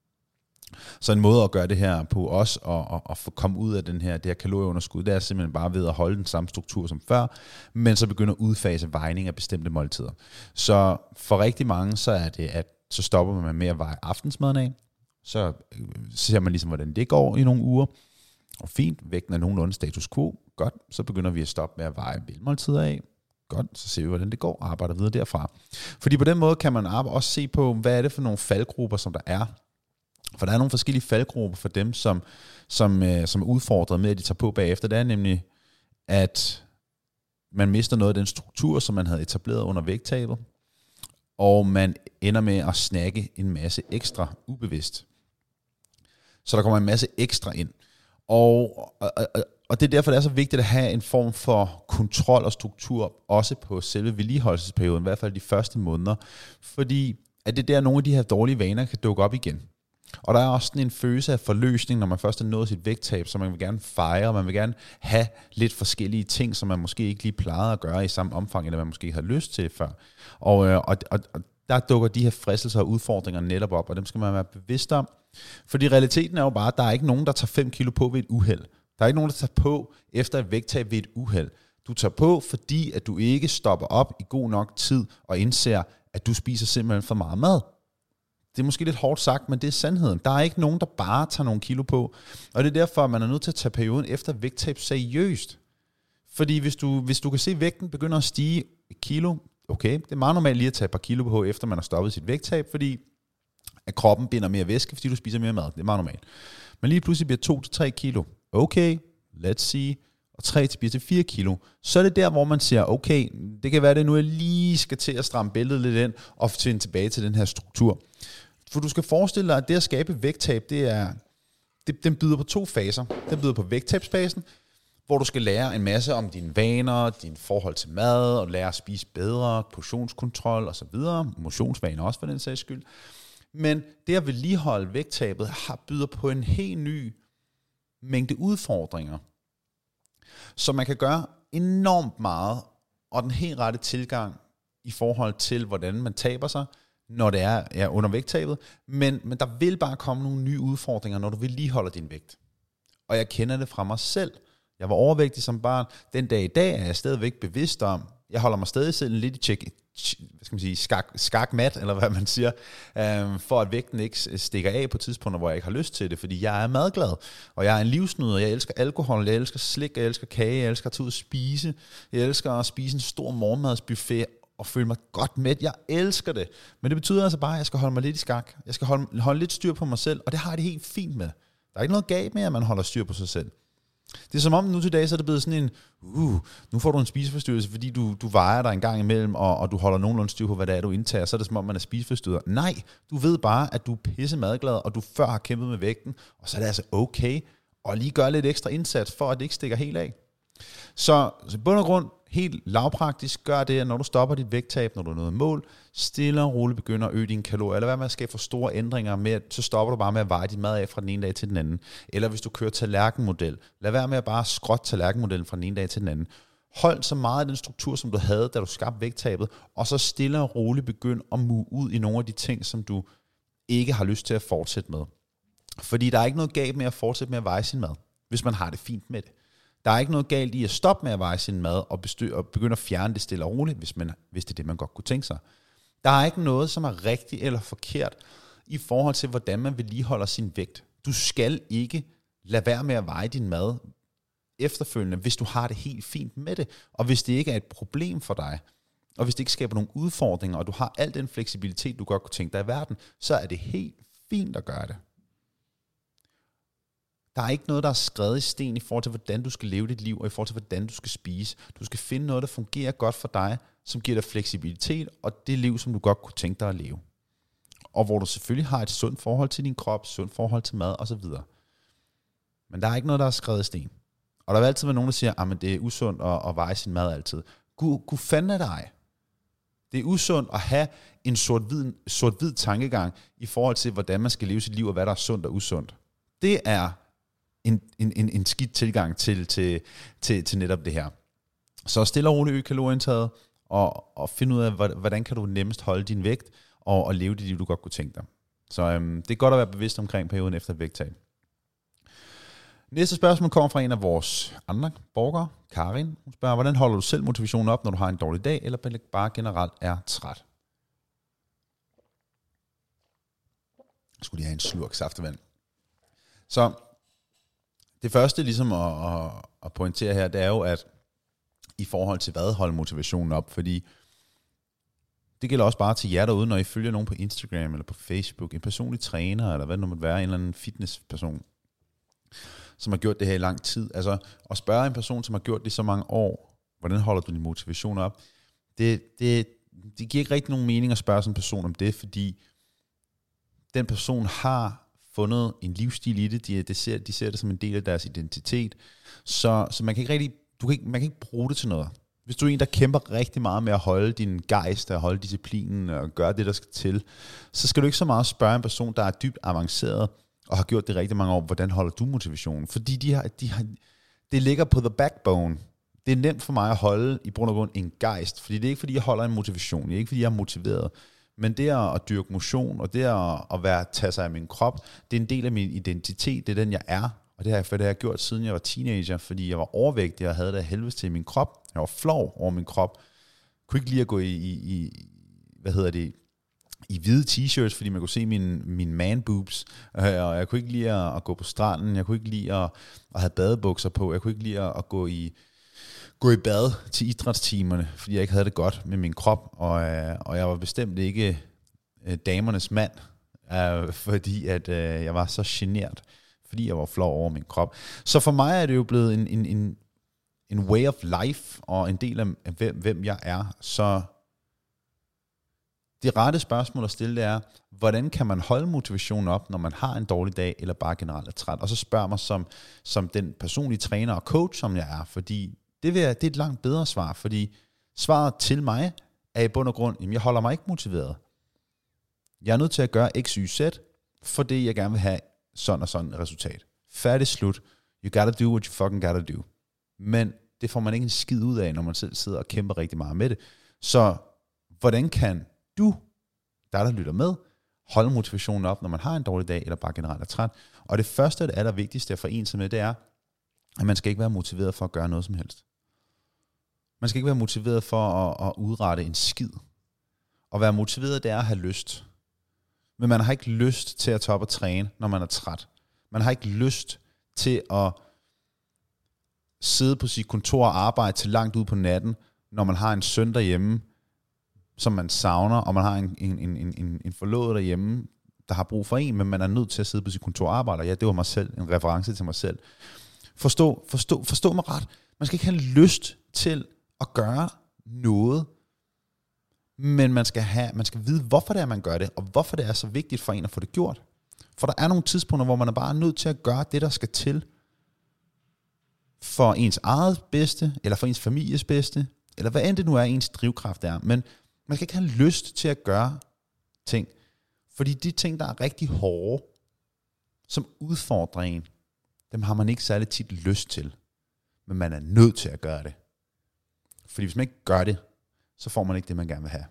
Så en måde at gøre det her på os, og få komme ud af det her kalorieunderskud, det er simpelthen bare ved at holde den samme struktur som før, men så begynde at udfase vejning af bestemte måltider. Så for rigtig mange, så er det, at så stopper man med at veje aftensmaden af, så ser man ligesom, hvordan det går i nogle uger, og fint, vægten er nogenlunde status quo, godt, så begynder vi at stoppe med at veje mellemmåltider af, godt, så ser vi, hvordan det går, og arbejder videre derfra. Fordi på den måde kan man også se på, hvad er det for nogle faldgrupper, som der er. For der er nogle forskellige faldgrupper for dem, som er udfordret med, at de tager på bagefter. Det er nemlig, at man mister noget af den struktur, som man havde etableret under vægttabet, og man ender med at snakke en masse ekstra ubevidst. Så der kommer en masse ekstra ind. Og det er derfor, det er så vigtigt at have en form for kontrol og struktur, også på selve vedligeholdelsesperioden, i hvert fald de første måneder. Fordi at det der, nogle af de her dårlige vaner kan dukke op igen. Og der er også sådan en følelse af forløsning, når man først har nået sit vægttab, så man vil gerne fejre, man vil gerne have lidt forskellige ting, som man måske ikke lige plejede at gøre i samme omfang, eller man måske ikke har lyst til før. Og der dukker de her fristelser og udfordringer netop op, og dem skal man være bevidst om. Fordi realiteten er jo bare, at der er ikke nogen, der tager 5 kilo på ved et uheld. Der er ikke nogen, der tager på efter et vægttab ved et uheld. Du tager på, fordi at du ikke stopper op i god nok tid og indser, at du spiser simpelthen for meget mad. Det er måske lidt hårdt sagt, men det er sandheden. Der er ikke nogen, der bare tager nogle kilo på. Og det er derfor, at man er nødt til at tage perioden efter vægttab seriøst. Fordi hvis du kan se, at vægten begynder at stige et kilo, okay, det er meget normalt lige at tage et par kilo på, efter man har stoppet sit vægttab, fordi at kroppen binder mere væske, fordi du spiser mere mad. Det er meget normalt. Men lige pludselig bliver 2-3 kilo. Okay, let's see. Og 3 til 4 kilo. Så er det der, hvor man siger, okay, det kan være det nu, jeg lige skal til at stramme billedet lidt ind, og finde tilbage til den her struktur. For du skal forestille dig, at det at skabe vægttab, den byder på 2 faser. Den byder på vægttabsfasen, hvor du skal lære en masse om dine vaner, din forhold til mad, og lære at spise bedre, portionskontrol osv. Motionsvaner også for den sags skyld. Men det at vedligeholde vægttabet byder på en helt ny mængde udfordringer. Så man kan gøre enormt meget, og den helt rette tilgang i forhold til, hvordan man taber sig, når det er under vægttabet. Men der vil bare komme nogle nye udfordringer, når du vedligeholder din vægt. Og jeg kender det fra mig selv. Jeg var overvægtig som barn. Den dag i dag er jeg stadigvæk bevidst om, jeg holder mig stadig selv lidt i skakmat, eller hvad man siger, for at vægten ikke stikker af på tidspunkter, hvor jeg ikke har lyst til det, fordi jeg er madglad, og jeg er en livsnyder, jeg elsker alkohol, jeg elsker slik, jeg elsker kage, jeg elsker at tage ud og spise, jeg elsker at spise en stor morgenmadsbuffet, og føle mig godt mæt, jeg elsker det, men det betyder altså bare, at jeg skal holde mig lidt i skak, jeg skal holde lidt styr på mig selv, og det har jeg det helt fint med. Der er ikke noget galt med, at man holder styr på sig selv. Det er som om nu til dag, så er det blevet sådan en, nu får du en spiseforstyrrelse, fordi du vejer dig en gang imellem, og du holder nogenlunde styr på, hvad det er, du indtager, så er det som om, man er spiseforstyrret. Nej, du ved bare, at du er pisse madglad, og du før har kæmpet med vægten, og så er det altså okay, at lige gøre lidt ekstra indsats, for at det ikke stikker helt af. Så i bund og grund, helt lavpraktisk, gør det, at når du stopper dit vægttab, når du er nået mål, stille og roligt begynder at øge dine kalorier, eller hvad man skal få store ændringer med, så stopper du bare med at veje din mad af fra den ene dag til den anden. Eller hvis du kører tallerkenmodel, lad være med at bare skrotte tallerkenmodellen fra den ene dag til den anden. Hold så meget af den struktur, som du havde, da du skabte vægttabet, og så stille og roligt begynd at move ud i nogle af de ting, som du ikke har lyst til at fortsætte med. Fordi der er ikke noget galt med at fortsætte med at veje sin mad, hvis man har det fint med det. Der er ikke noget galt i at stoppe med at veje sin mad og begynde at fjerne det stille og roligt, hvis det er det, man godt kunne tænke sig. Der er ikke noget, som er rigtigt eller forkert i forhold til, hvordan man vedligeholder sin vægt. Du skal ikke lade være med at veje din mad efterfølgende, hvis du har det helt fint med det, og hvis det ikke er et problem for dig, og hvis det ikke skaber nogle udfordringer, og du har al den fleksibilitet, du godt kunne tænke dig i verden, så er det helt fint at gøre det. Der er ikke noget, der er skrevet i sten i forhold til, hvordan du skal leve dit liv, og i forhold til, hvordan du skal spise. Du skal finde noget, der fungerer godt for dig, som giver dig fleksibilitet, og det liv, som du godt kunne tænke dig at leve. Og hvor du selvfølgelig har et sundt forhold til din krop, sundt forhold til mad osv. Men der er ikke noget, der er skrevet i sten. Og der vil altid være nogen, der siger, at det er usundt at veje sin mad altid. Gud fanden er dig. Det er usundt at have en sort-hvid tankegang i forhold til, hvordan man skal leve sit liv, og hvad der er sundt og usundt. Det er en skidt tilgang til netop det her. Så stille og roligt øge kalorieindtaget, og finde ud af, hvordan kan du nemmest holde din vægt, og leve det liv, du godt kunne tænke dig. Så det er godt at være bevidst omkring perioden efter et vægttab. Næste spørgsmål kommer fra en af vores andre borgere, Karin. Hun spørger, hvordan holder du selv motivationen op, når du har en dårlig dag, eller bare generelt er træt? Jeg skulle lige have en slurk saftevand. Så det første ligesom at pointere her, det er jo, at i forhold til hvad holder motivationen op, fordi det gælder også bare til jer derude, når I følger nogen på Instagram eller på Facebook, en personlig træner, eller hvad det nu måtte være, en eller anden fitnessperson, som har gjort det her i lang tid. Altså at spørge en person, som har gjort det i så mange år, hvordan holder du din motivation op, det giver ikke rigtig nogen mening at spørge sådan en person om det, fordi den person har fundet en livsstil i det. De ser det som en del af deres identitet. Så man kan ikke rigtig, man kan ikke bruge det til noget. Hvis du er en, der kæmper rigtig meget med at holde din gejst, at holde disciplinen og gøre det, der skal til, så skal du ikke så meget spørge en person, der er dybt avanceret og har gjort det rigtig mange år, hvordan holder du motivationen? Fordi det ligger på the backbone. Det er nemt for mig at holde i bund og grund en gejst, fordi det er ikke fordi, jeg holder en motivation, det er ikke fordi, jeg er motiveret, men det at dyrke motion, og det at tage sig af min krop, det er en del af min identitet, det er den, jeg er, og det har jeg gjort, siden jeg var teenager, fordi jeg var overvægtig, og havde det helvedes til i min krop, jeg var flov over min krop, jeg kunne ikke lide at gå i hvide t-shirts, fordi man kunne se mine man boobs, og jeg kunne ikke lide at gå på stranden, jeg kunne ikke lide at have badebukser på, jeg kunne ikke lide at gå i bad til idrætstimerne, fordi jeg ikke havde det godt med min krop, og jeg var bestemt ikke damernes mand, fordi at jeg var så genert, fordi jeg var flov over min krop. Så for mig er det jo blevet en way of life, og en del af hvem jeg er. Så det rette spørgsmål at stille, det er, hvordan kan man holde motivationen op, når man har en dårlig dag, eller bare generelt er træt? Og så spørg mig som den personlige træner og coach, som jeg er, fordi det er et langt bedre svar, fordi svaret til mig er i bund og grund, jamen jeg holder mig ikke motiveret. Jeg er nødt til at gøre X, Y, Z, fordi jeg gerne vil have sådan og sådan et resultat. Færdig, slut. You gotta do what you fucking gotta do. Men det får man ikke en skid ud af, når man selv sidder og kæmper rigtig meget med det. Så hvordan kan du, der lytter med, holde motivationen op, når man har en dårlig dag, eller bare generelt er træt? Og det første og det allervigtigste for en som det er, at man skal ikke være motiveret for at gøre noget som helst. Man skal ikke være motiveret for at udrette en skid. At være motiveret, det er at have lyst. Men man har ikke lyst til at tage op og træne, når man er træt. Man har ikke lyst til at sidde på sit kontor og arbejde til langt ud på natten, når man har en søn derhjemme, som man savner, og man har en forlovet derhjemme, der har brug for en, men man er nødt til at sidde på sit kontor og arbejde. Ja, det var mig selv, en reference til mig selv. Forstå mig ret. Man skal ikke have lyst til at gøre noget, men man skal vide, hvorfor det er, man gør det, og hvorfor det er så vigtigt for en at få det gjort. For der er nogle tidspunkter, hvor man er bare nødt til at gøre det, der skal til, for ens eget bedste, eller for ens families bedste, eller hvad end det nu er, ens drivkraft er. Men man skal ikke have lyst til at gøre ting, fordi de ting, der er rigtig hårde, som udfordrer en, dem har man ikke særlig tit lyst til. Men man er nødt til at gøre det. Fordi hvis man ikke gør det, så får man ikke det, man gerne vil have.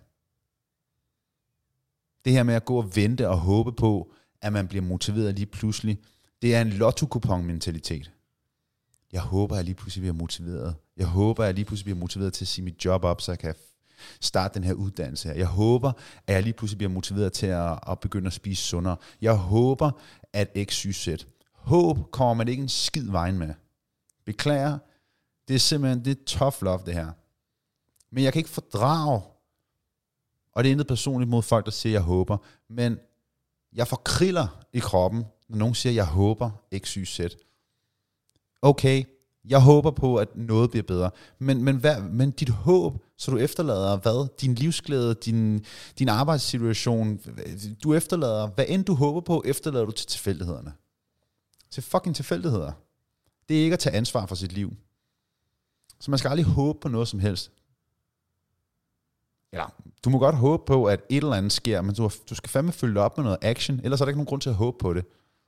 Det her med at gå og vente og håbe på, at man bliver motiveret lige pludselig, det er en lotto-kupon-mentalitet. Jeg håber, at jeg lige pludselig bliver motiveret. Jeg håber, at jeg lige pludselig bliver motiveret til at sige mit job op, så jeg kan starte den her uddannelse her. Jeg håber, at jeg lige pludselig bliver motiveret til at begynde at spise sundere. Jeg håber, at X, Y, Z. Håb kommer man ikke en skid vejen med. Beklager. Det er simpelthen, det er tough love, det her. Men jeg kan ikke fordrage, og det er intet personligt mod folk, der siger, jeg håber, men jeg får kriller i kroppen, når nogen siger, jeg håber X, Y, Z. Okay, jeg håber på, at noget bliver bedre, men dit håb, så du efterlader hvad? Din livsglæde, din arbejdssituation, du efterlader, hvad end du håber på, efterlader du til tilfældighederne. Til fucking tilfældigheder. Det er ikke at tage ansvar for sit liv. Så man skal aldrig håbe på noget som helst. Ja, du må godt håbe på, at et eller andet sker, men du skal fandme følge op med noget action, ellers er der ikke nogen grund til at håbe på det.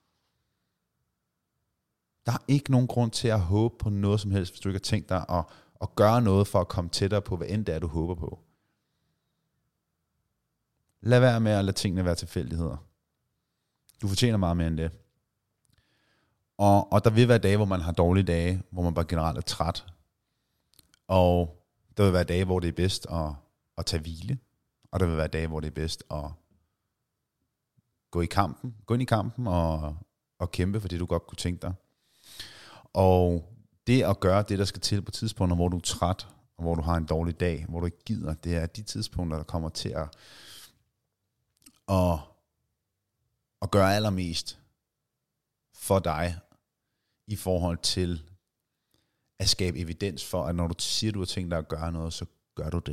Der er ikke nogen grund til at håbe på noget som helst, hvis du ikke har tænkt dig at gøre noget for at komme tættere på, hvad end det er, du håber på. Lad være med at lade tingene være tilfældigheder. Du fortjener meget mere end det. Og der vil være dage, hvor man har dårlige dage, hvor man bare generelt er træt. Og der vil være dage, hvor det er bedst at tage hvile. Og der vil være dage, hvor det er bedst at gå ind i kampen og kæmpe for det, du godt kunne tænke dig. Og det at gøre det, der skal til på tidspunkter, hvor du er træt, og hvor du har en dårlig dag, hvor du ikke gider, det er de tidspunkter, der kommer til at gøre allermest for dig, i forhold til at skabe evidens for, at når du siger, du har tænkt dig at gøre noget, så gør du det.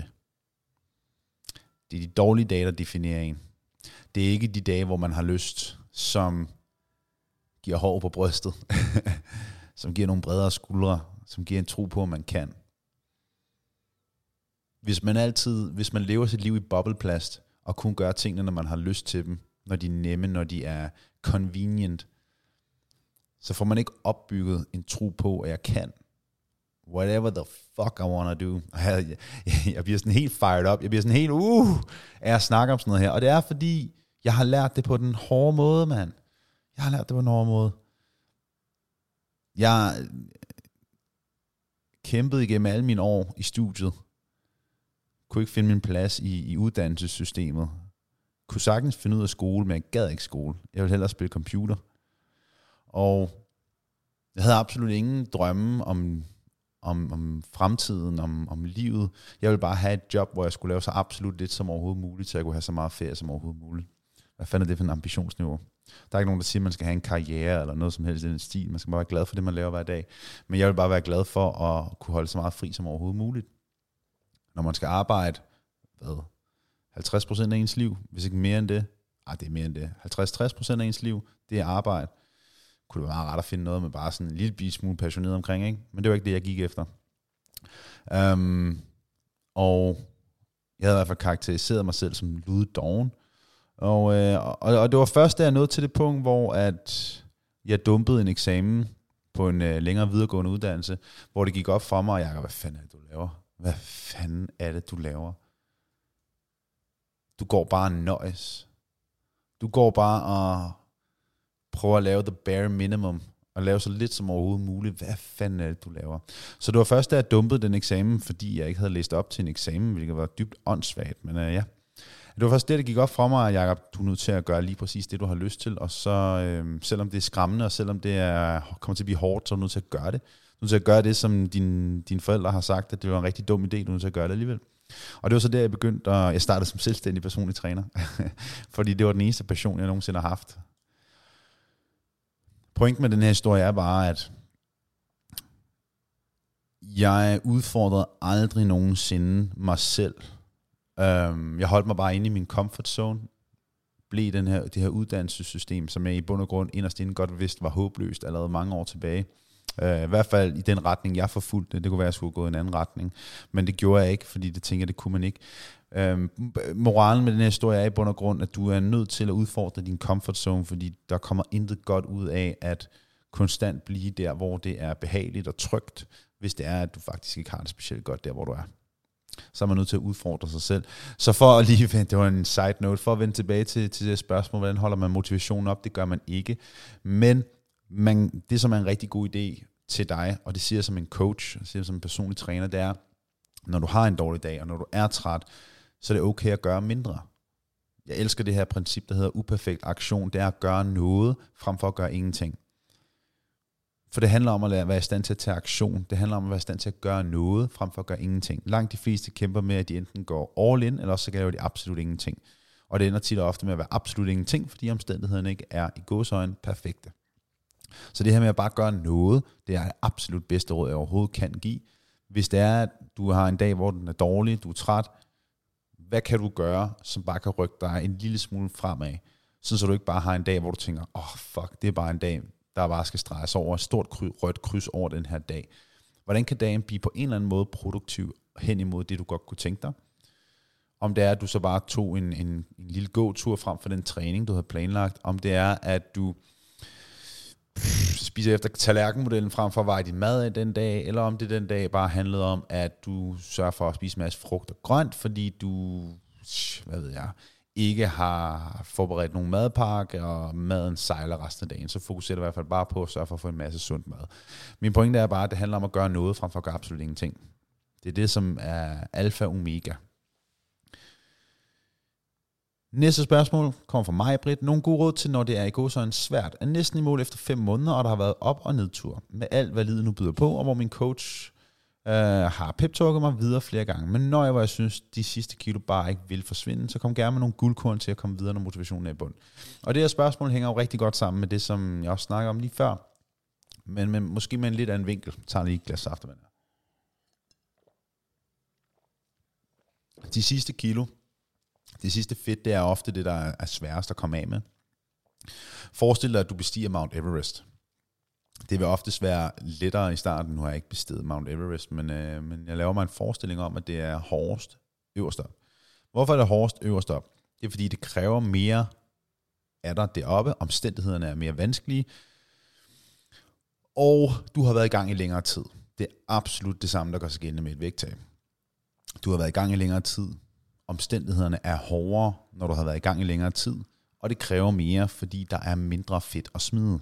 Det er de dårlige dage, der definerer en. Det er ikke de dage, hvor man har lyst, som giver hår på brystet, som giver nogle bredere skuldre, som giver en tro på, at man kan. Hvis man lever sit liv i bobleplast, og kun gør tingene, når man har lyst til dem, når de er nemme, når de er convenient, så får man ikke opbygget en tro på, at jeg kan. Whatever the fuck I wanna do. Jeg bliver sådan helt fired up. Jeg bliver sådan helt, af at snakke om sådan noget her. Og det er fordi, jeg har lært det på den hårde måde, mand. Jeg har lært det på den hårde måde. Jeg kæmpede igennem alle mine år i studiet. Kunne ikke finde min plads i uddannelsessystemet. Kunne sagtens finde ud af skole, men jeg gad ikke skole. Jeg ville hellere spille computer. Og jeg havde absolut ingen drømme om fremtiden, om livet. Jeg ville bare have et job, hvor jeg skulle lave så absolut lidt som overhovedet muligt, så jeg kunne have så meget ferie som overhovedet muligt. Hvad fanden er det for en ambitionsniveau? Der er ikke nogen, der siger, at man skal have en karriere eller noget som helst i den stil. Man skal bare være glad for det, man laver hver dag. Men jeg vil bare være glad for at kunne holde så meget fri som overhovedet muligt. Når man skal arbejde, 50% af ens liv, hvis ikke mere end det. Det er mere end det. 50-60% af ens liv, det er arbejde. Kunne det være meget rart at finde noget med bare sådan en lille smule passioneret omkring, ikke? Men det var ikke det, jeg gik efter. Og jeg havde i hvert fald karakteriseret mig selv som ludedoven. Og det var først, da jeg nåede til det punkt, hvor at jeg dumpede en eksamen på en længere videregående uddannelse, hvor det gik op for mig, og jeg hvad fanden er det, du laver? Hvad fanden er det, du laver? Du går bare nøjes. Du går bare og prøver at lave the bare minimum, og lave så lidt som overhovedet muligt. Hvad fanden er det, du laver? Så det var først, da jeg dumpede den eksamen, fordi jeg ikke havde læst op til en eksamen, hvilket var dybt åndssvagt. Men ja, det var først det gik op for mig, at Jacob, du er nødt til at gøre lige præcis det, du har lyst til. Og så, selvom det er skræmmende, og selvom det kommer til at blive hårdt, så er du nødt til at gøre det. Du er nødt til at gøre det, som dine forældre har sagt, at det var en rigtig dum idé, du er nødt til at gøre det alligevel. Og det var så der, jeg begyndte, og jeg startede som selvstændig personlig træner. Fordi det var den eneste passion, jeg nogensinde har haft. Pointen med den her historie er bare, at jeg udfordrede aldrig nogensinde mig selv. Jeg holdt mig bare inde i min comfort zone, blev det her uddannelsessystem, som jeg i bund og grund inderst inde godt vidste var håbløst allerede mange år tilbage. I hvert fald i den retning, jeg forfulgte. Det kunne være, at jeg skulle gå i en anden retning. Men det gjorde jeg ikke, fordi det tænker jeg, det kunne man ikke. Moralen med den her historie er i bund og grund, at du er nødt til at udfordre din comfort zone, fordi der kommer intet godt ud af at konstant blive der, hvor det er behageligt og trygt, hvis det er, at du faktisk ikke har det specielt godt der, hvor du er. Så er man nødt til at udfordre sig selv. Så for at lige vende, det var en side note, for at vende tilbage til det spørgsmål, hvordan holder man motivationen op, det gør man ikke. Men det, som er en rigtig god idé til dig, og det siger jeg som en coach, det siger jeg som en personlig træner, det er, når du har en dårlig dag, og når du er træt, så er det okay at gøre mindre. Jeg elsker det her princip, der hedder uperfekt aktion, det er at gøre noget, frem for at gøre ingenting. For det handler om at være i stand til at tage aktion. Det handler om at være i stand til at gøre noget, frem for at gøre ingenting. Langt de fleste kæmper med, at de enten går all in, eller også så laver de absolut ingenting. Og det ender tit og ofte med at være absolut ingenting, fordi omstændighederne ikke er i gåseøjne perfekte. Så det her med at bare gøre noget, det er det absolut bedste råd, jeg overhovedet kan give. Hvis det er, at du har en dag, hvor den er dårlig, du er træt, hvad kan du gøre, som bare kan rykke dig en lille smule fremad? Sådan så du ikke bare har en dag, hvor du tænker, fuck, det er bare en dag, der bare skal streges over et stort rødt kryds over den her dag. Hvordan kan dagen blive på en eller anden måde produktiv hen imod det, du godt kunne tænke dig? Om det er, at du så bare tog en lille gåtur frem for den træning, du havde planlagt. Om det er, at du spiser efter tallerkenmodellen frem for at veje din mad af den dag, eller om det den dag bare handlede om, at du sørger for at spise en masse frugt og grønt, fordi du, ikke har forberedt nogen madpakke, og maden sejler resten af dagen, så fokuserer du i hvert fald bare på at sørge for at få en masse sundt mad. Min pointe er bare, at det handler om at gøre noget, frem for at gøre absolut ingenting. Det er det, som er alfa og omega. Næste spørgsmål kommer fra mig, Britt. Nogle gode råd til, når det er i gåseøjne svært, er næsten i mål efter 5 måneder, og der har været op- og nedtur med alt, hvad livet nu byder på, og hvor min coach har pep-talket mig videre flere gange. Men når jeg synes, de sidste kilo bare ikke vil forsvinde, så kom gerne med nogle guldkorn til at komme videre, når motivationen er i bund. Og det her spørgsmål hænger jo rigtig godt sammen med det, som jeg også snakker om lige før, men måske med en lidt anden vinkel. Jeg tager lige et glas saftevand her. De sidste kilo, det sidste fedt, det er ofte det, der er sværest at komme af med. Forestil dig, at du bestiger Mount Everest. Det vil oftest være lettere i starten. Nu har jeg ikke besteget Mount Everest, men jeg laver mig en forestilling om, at det er hårdest øverst op. Hvorfor er det hårdest øverst op? Det er, fordi det kræver mere af dig deroppe. Omstændighederne er mere vanskelige. Og du har været i gang i længere tid. Det er absolut det samme, der gør sig gældende med et vægttab. Du har været i gang i længere tid. Omstændighederne er hårdere, når du har været i gang i længere tid. Og det kræver mere, fordi der er mindre fedt at smide.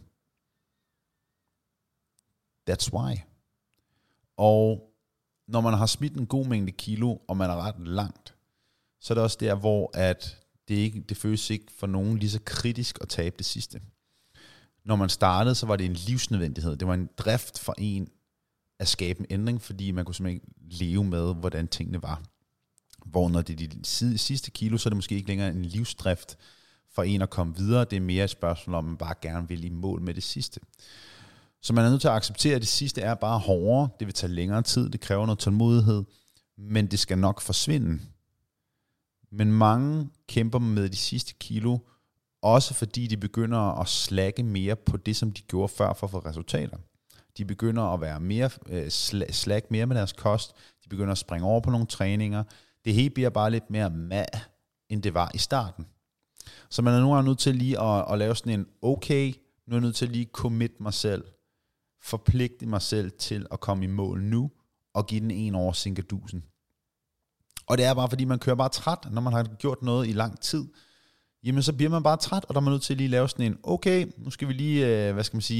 That's why. Og når man har smidt en god mængde kilo, og man er ret langt, så er det også der, hvor at det føles ikke for nogen lige så kritisk at tabe det sidste. Når man startede, så var det en livsnødvendighed. Det var en drift for en at skabe en ændring, fordi man kunne simpelthen ikke leve med, hvordan tingene var. Hvor når det er de sidste kilo, så er det måske ikke længere en livsdrift for en at komme videre. Det er mere et spørgsmål om, man bare gerne vil i mål med det sidste. Så man er nødt til at acceptere, at det sidste er bare hårdere. Det vil tage længere tid, det kræver noget tålmodighed, men det skal nok forsvinde. Men mange kæmper med de sidste kilo, også fordi de begynder at slække mere på det, som de gjorde før for at få resultater. De begynder at være mere slække mere med deres kost. De begynder at springe over på nogle træninger. Det hele bliver bare lidt mere end det var i starten. Så man er nu nødt til lige at lave sådan en okay, nu er jeg nødt til lige commit mig selv, forpligte mig selv til at komme i mål nu, og give den en over sinkadusen. Og det er bare fordi, man kører bare træt, når man har gjort noget i lang tid. Jamen så bliver man bare træt, og der er man nødt til lige at lave sådan en, okay, nu skal vi lige,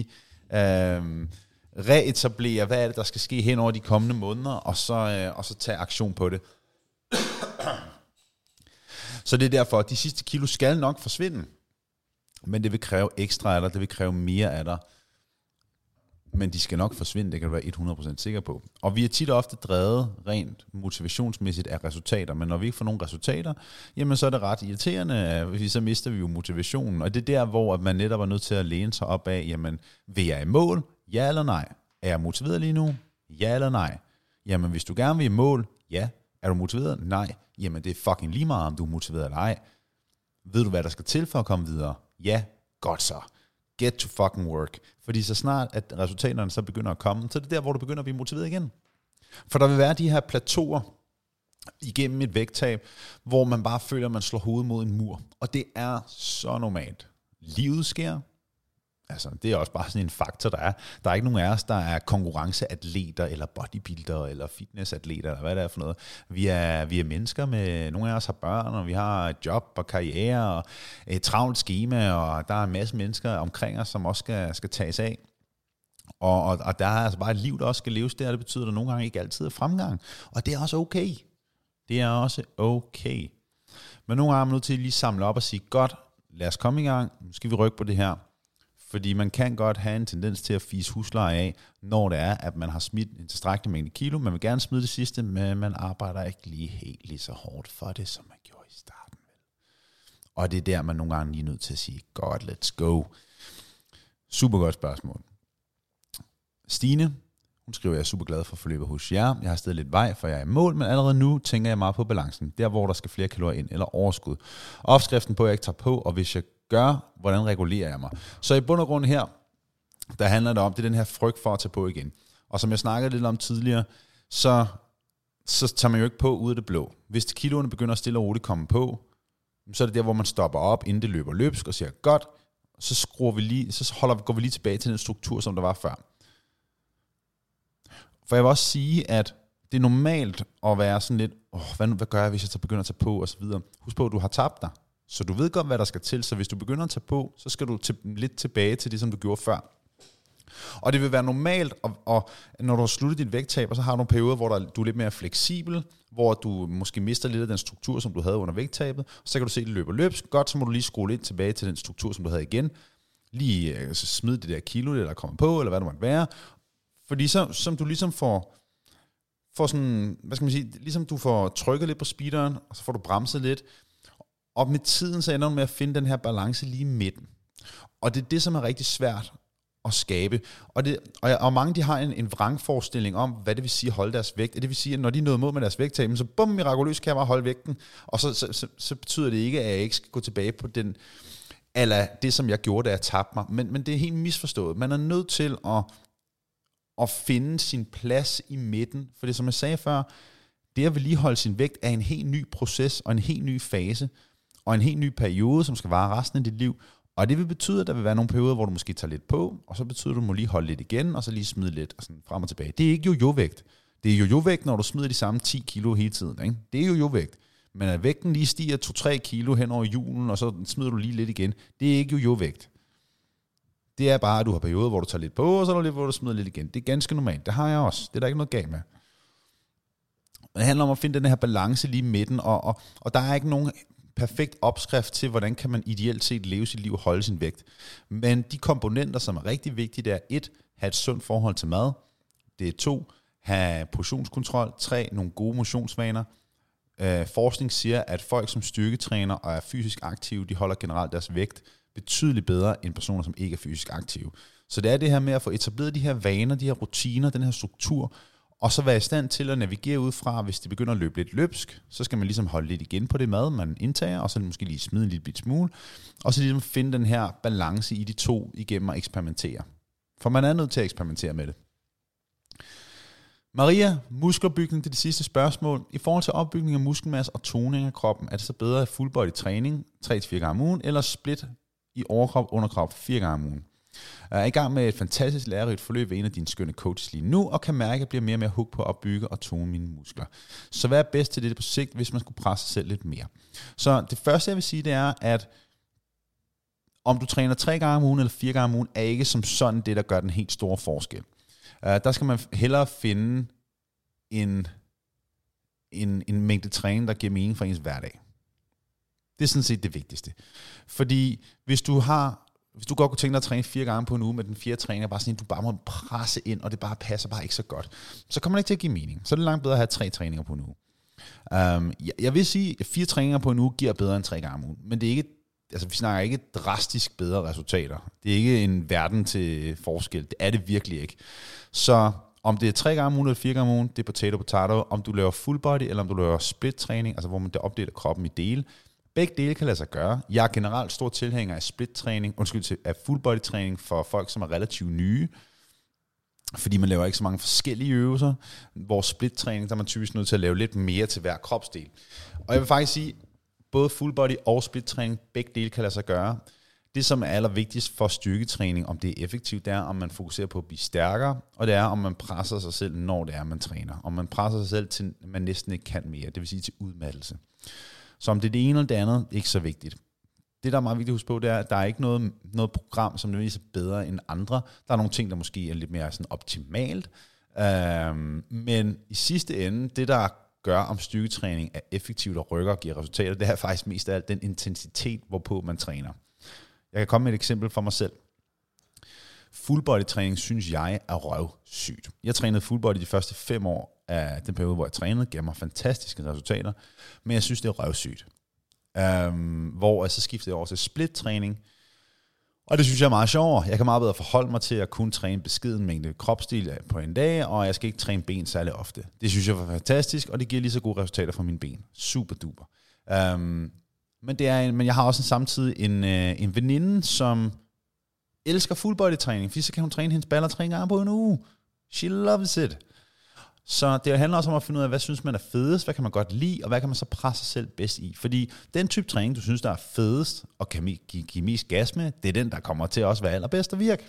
reetablere, hvad er det, der skal ske hen over de kommende måneder, og så tage aktion på det. Så det er derfor, at de sidste kilo skal nok forsvinde. Men det vil kræve ekstra af dig, det vil kræve mere af dig. Men de skal nok forsvinde, det kan du være 100% sikker på. Og vi er tit og ofte drevet rent motivationsmæssigt af resultater, men når vi ikke får nogen resultater, jamen så er det ret irriterende, fordi så mister vi jo motivationen. Og det er der, hvor man netop er nødt til at læne sig op af, jamen vil jeg i mål? Ja eller nej? Er jeg motiveret lige nu? Ja eller nej? Jamen hvis du gerne vil i mål, ja. Er du motiveret? Nej. Jamen det er fucking lige meget, om du er motiveret eller ej. Ved du, hvad der skal til for at komme videre? Ja, godt så. Get to fucking work. Fordi så snart, at resultaterne så begynder at komme, så er det der, hvor du begynder at blive motiveret igen. For der vil være de her plateauer igennem et vægttab, hvor man bare føler, at man slår hovedet mod en mur. Og det er så normalt. Livet sker. Altså, det er også bare sådan en faktor, der er. Der er ikke nogen af os, der er konkurrenceatleter, eller bodybuildere, eller fitnessatleter, eller hvad det er for noget. Vi er mennesker med, nogle af os har børn, og vi har et job og karriere, og et travlt schema, og der er en masse mennesker omkring os, som også skal tages af. Og der er altså bare et liv, der også skal leves der, det betyder, at der nogle gange ikke altid er fremgang. Og det er også okay. Det er også okay. Men nogle gange er man nødt til at lige samle op og sige, godt, lad os komme i gang, nu skal vi rykke på det her. Fordi man kan godt have en tendens til at fise husleje af, når det er, at man har smidt en tilstrækkelig mængde kilo. Man vil gerne smide det sidste, men man arbejder ikke lige så hårdt for det, som man gjorde i starten. Og det er der, man nogle gange lige er nødt til at sige, godt, let's go. Super godt spørgsmål. Stine, hun skriver, jeg er super glad for forløbet hos jer. Jeg har stadig lidt vej, for jeg er i mål, men allerede nu tænker jeg meget på balancen. Der, hvor der skal flere kalorier ind, eller overskud. Opskriften på, at jeg ikke tager på, og hvis jeg gør, hvordan regulerer jeg mig. Så i bund og grund her, der handler det om, det er den her frygt for at tage på igen. Og som jeg snakkede lidt om tidligere, så tager man jo ikke på ud af det blå. Hvis kiloene begynder at stille og roligt komme på, så er det der, hvor man stopper op, inden det løber løbsk, og siger, godt, så går vi lige tilbage til den struktur, som der var før. For jeg vil også sige, at det er normalt at være sådan lidt, hvad gør jeg, hvis jeg så begynder at tage på, og så videre. Husk på, at du har tabt dig. Så du ved godt, hvad der skal til, så hvis du begynder at tage på, så skal du lidt tilbage til det, som du gjorde før. Og det vil være normalt, og når du har sluttet dit vægttab, så har du nogle perioder, hvor du er lidt mere fleksibel, hvor du måske mister lidt af den struktur, som du havde under vægttabet, og så kan du se, at det løber løbsk. Godt, så må du lige skrue lidt tilbage til den struktur, som du havde igen. Lige smide det der kilo, der kommer på, eller hvad det måtte være. Fordi så, som du ligesom får sådan, hvad skal man sige, ligesom du får trykket lidt på speederen, og så får du bremset lidt. Og med tiden, så ender du med at finde den her balance lige i midten. Og det er det, som er rigtig svært at skabe. Og mange de har en vrangforestilling om, hvad det vil sige at holde deres vægt. Det vil sige, at når de er nået mod med deres vægttab, så bum, mirakuløst kan jeg bare holde vægten. Og så betyder det ikke, at jeg ikke skal gå tilbage på den eller det, som jeg gjorde, da jeg tabte mig. Men det er helt misforstået. Man er nødt til at finde sin plads i midten. For det, som jeg sagde før, det at vedligeholde sin vægt er en helt ny proces og en helt ny fase og en helt ny periode, som skal vare resten af dit liv. Og det vil betyde, at der vil være nogle perioder, hvor du måske tager lidt på, og så betyder det, at du må lige holde lidt igen, og så lige smide lidt og sådan frem og tilbage. Det er ikke jo-vægt. Det er jo-vægt, når du smider de samme 10 kilo hele tiden. Ikke? Det er jo-vægt. Men at vægten lige stiger 2-3 kilo hen over julen, og så smider du lige lidt igen, det er ikke jo-vægt. Det er bare, at du har perioder, hvor du tager lidt på, og så er der lidt, hvor du smider lidt igen. Det er ganske normalt. Det har jeg også. Det er der ikke noget galt med. Det handler om at finde den her balance lige i midten, og der er ikke nogen perfekt opskrift til, hvordan kan man ideelt set leve sit liv og holde sin vægt. Men de komponenter, som er rigtig vigtige, det er 1. Have et sundt forhold til mad. Det er 2. Have portionskontrol. 3. Nogle gode motionsvaner. Forskning siger, at folk, som styrketræner og er fysisk aktive, de holder generelt deres vægt betydeligt bedre end personer, som ikke er fysisk aktive. Så det er det her med at få etableret de her vaner, de her rutiner, den her struktur, og så være i stand til at navigere ud fra, hvis det begynder at løbe lidt løbsk, så skal man ligesom holde lidt igen på det mad, man indtager, og så måske lige smide en lille bit smule, og så ligesom finde den her balance i de to igennem at eksperimentere. For man er nødt til at eksperimentere med det. Maria, muskelopbygning, det er det sidste spørgsmål. I forhold til opbygning af muskelmasse og toning af kroppen, er det så bedre at full body træning 3-4 gange om ugen, eller split i overkrop og underkrop 4 gange om ugen? Jeg er i gang med et fantastisk lærerigt forløb ved en af dine skønne coaches lige nu, og kan mærke, at jeg bliver mere og mere hooked på at opbygge og tone mine muskler. Så hvad er bedst til det på sigt, hvis man skulle presse sig selv lidt mere? Så det første, jeg vil sige, det er, at om du træner 3 gange om ugen eller 4 gange om ugen, er ikke som sådan det, der gør den helt store forskel. Der skal man hellere finde en mængde træning, der giver mening for ens hverdag. Det er sådan set det vigtigste. Fordi hvis du godt kunne tænke dig at træne 4 gange på en uge, med den 4. træning er bare sådan, at du bare må presse ind, og det bare passer bare ikke så godt, så kommer det ikke til at give mening. Så er det langt bedre at have 3 træninger på en uge. Jeg vil sige, at 4 træninger på en uge giver bedre end 3 gange om ugen, men det er ikke, altså vi snakker ikke drastisk bedre resultater. Det er ikke en verden til forskel. Det er det virkelig ikke. Så om det er 3 gange om ugen eller 4 gange om ugen, det er potato. Om du laver full body, eller om du laver split træning, altså hvor man opdeler kroppen i dele. Begge dele kan lade sig gøre. Jeg er generelt stor tilhænger af af full body træning for folk, som er relativt nye. Fordi man laver ikke så mange forskellige øvelser. Hvor split træning, der er man typisk nødt til at lave lidt mere til hver kropsdel. Og jeg vil faktisk sige, både full body og split træning, begge dele kan lade sig gøre. Det, som er allervigtigst for styrketræning, om det er effektivt, det er, om man fokuserer på at blive stærkere, og det er, om man presser sig selv, når det er, man træner. Om man presser sig selv til, man næsten ikke kan mere, det vil sige til udmattelse. Så om det er det ene eller det andet, ikke så vigtigt. Det, der er meget vigtigt at huske på, det er, at der er ikke noget program, som nødvendigvis er bedre end andre. Der er nogle ting, der måske er lidt mere sådan optimalt. Men i sidste ende, det der gør, om styrketræning er effektivt og rykker og giver resultater, det er faktisk mest af alt den intensitet, hvorpå man træner. Jeg kan komme med et eksempel for mig selv. Full body træning synes jeg er røvsygt. Jeg trænede full body de første 5 år af den periode, hvor jeg trænede, gav mig fantastiske resultater, men jeg synes, det er røvsygt. Hvor jeg så skiftede jeg over til split træning, og det synes jeg er meget sjovere. Jeg kan meget bedre forholde mig til at kunne træne beskeden mængde kropsdel på en dag, og jeg skal ikke træne ben særlig ofte. Det synes jeg var fantastisk, og det giver lige så gode resultater for mine ben. Super duper. Men jeg har også samtidig en veninde, som elsker full body træning, fordi så kan hun træne hendes baller 3 gange på en uge. She loves it. Så det handler også om at finde ud af, hvad synes man er fedest, hvad kan man godt lide, og hvad kan man så presse sig selv bedst i. Fordi den type træning, du synes, der er fedest, og kan give mest gas med, det er den, der kommer til at også være allerbedst at virke.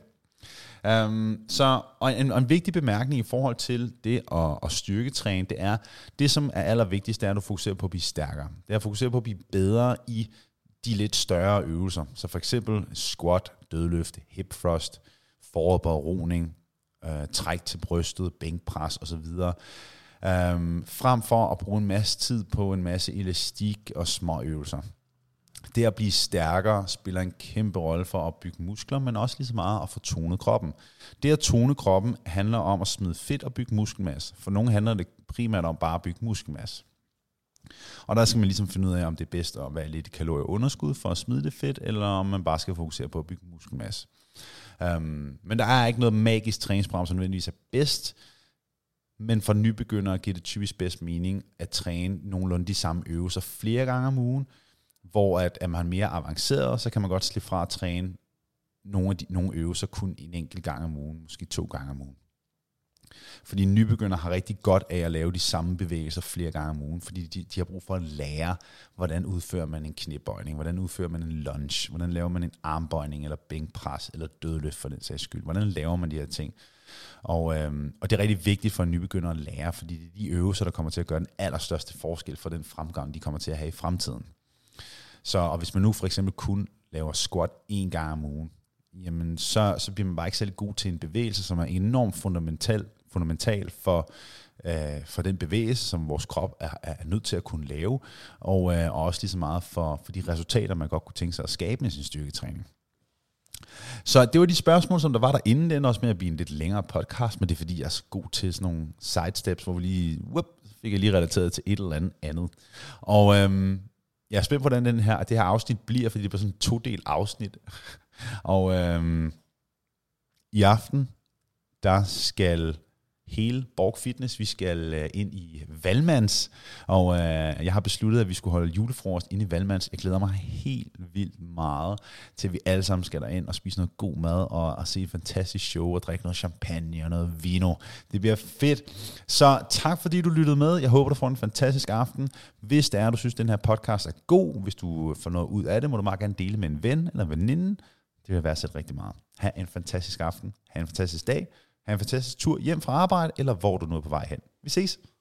Og en vigtig bemærkning i forhold til det at styrketræne, det er, det som er allervigtigst, det er, at du fokuserer på at blive stærkere. Det er at fokusere på at blive bedre i de lidt større øvelser. Så for eksempel squat, dødløft, hip thrust, forberedning, træk til brystet, bænkpres osv. Frem for at bruge en masse tid på en masse elastik og små øvelser. Det at blive stærkere spiller en kæmpe rolle for at opbygge muskler, men også lige så meget at få tonet kroppen. Det at tone kroppen handler om at smide fedt og bygge muskelmasse. For nogle handler det primært om bare at bygge muskelmasse. Og der skal man ligesom finde ud af, om det er bedst at være lidt kalorieunderskud for at smide det fedt, eller om man bare skal fokusere på at bygge muskelmasse. Men der er ikke noget magisk træningsprogram, som nødvendigvis er bedst, men for nybegyndere giver det typisk bedst mening at træne nogenlunde de samme øvelser flere gange om ugen, hvor at man er mere avanceret, så kan man godt slippe fra at træne nogle øvelser kun en enkelt gang om ugen, måske 2 gange om ugen. Fordi nybegynder har rigtig godt af at lave de samme bevægelser flere gange om ugen, fordi de har brug for at lære, hvordan udfører man en knæbøjning, hvordan udfører man en lunge, hvordan laver man en armbøjning, eller bænkpres, eller dødløft for den sags skyld. Hvordan laver man de her ting? Og det er rigtig vigtigt for en nybegynder at lære, fordi det er de øvelser, der kommer til at gøre den allerstørste forskel for den fremgang, de kommer til at have i fremtiden. Og hvis man nu for eksempel kun laver squat 1 gang om ugen, jamen så bliver man bare ikke særlig god til en bevægelse, som er enormt fundamental for den bevægelse, som vores krop er nødt til at kunne lave, og også lige så meget for de resultater, man godt kunne tænke sig at skabe med sin styrketræning. Så det var de spørgsmål, som der var derinde. Det er også med at blive en lidt længere podcast, men det er fordi, jeg er så god til sådan nogle sidesteps, hvor vi fik jeg lige relateret til et eller andet. Og jeg er spændt på, hvordan det her afsnit bliver, fordi det er sådan en 2-del afsnit. Og i aften, der skal hele Borg Fitness, vi skal ind i Valmands, og jeg har besluttet, at vi skulle holde julefrokost inde i Valmands. Jeg glæder mig helt vildt meget til, at vi alle sammen skal derind og spise noget god mad, og se et fantastisk show, og drikke noget champagne og noget vino. Det bliver fedt. Så tak fordi du lyttede med. Jeg håber, du får en fantastisk aften. Hvis det er, du synes, den her podcast er god, hvis du får noget ud af det, må du meget gerne dele med en ven eller en veninde. Det vil værdsætte rigtig meget. Ha' en fantastisk aften. Ha' en fantastisk dag. Ha' en fantastisk tur hjem fra arbejde, eller hvor du nu er på vej hen. Vi ses.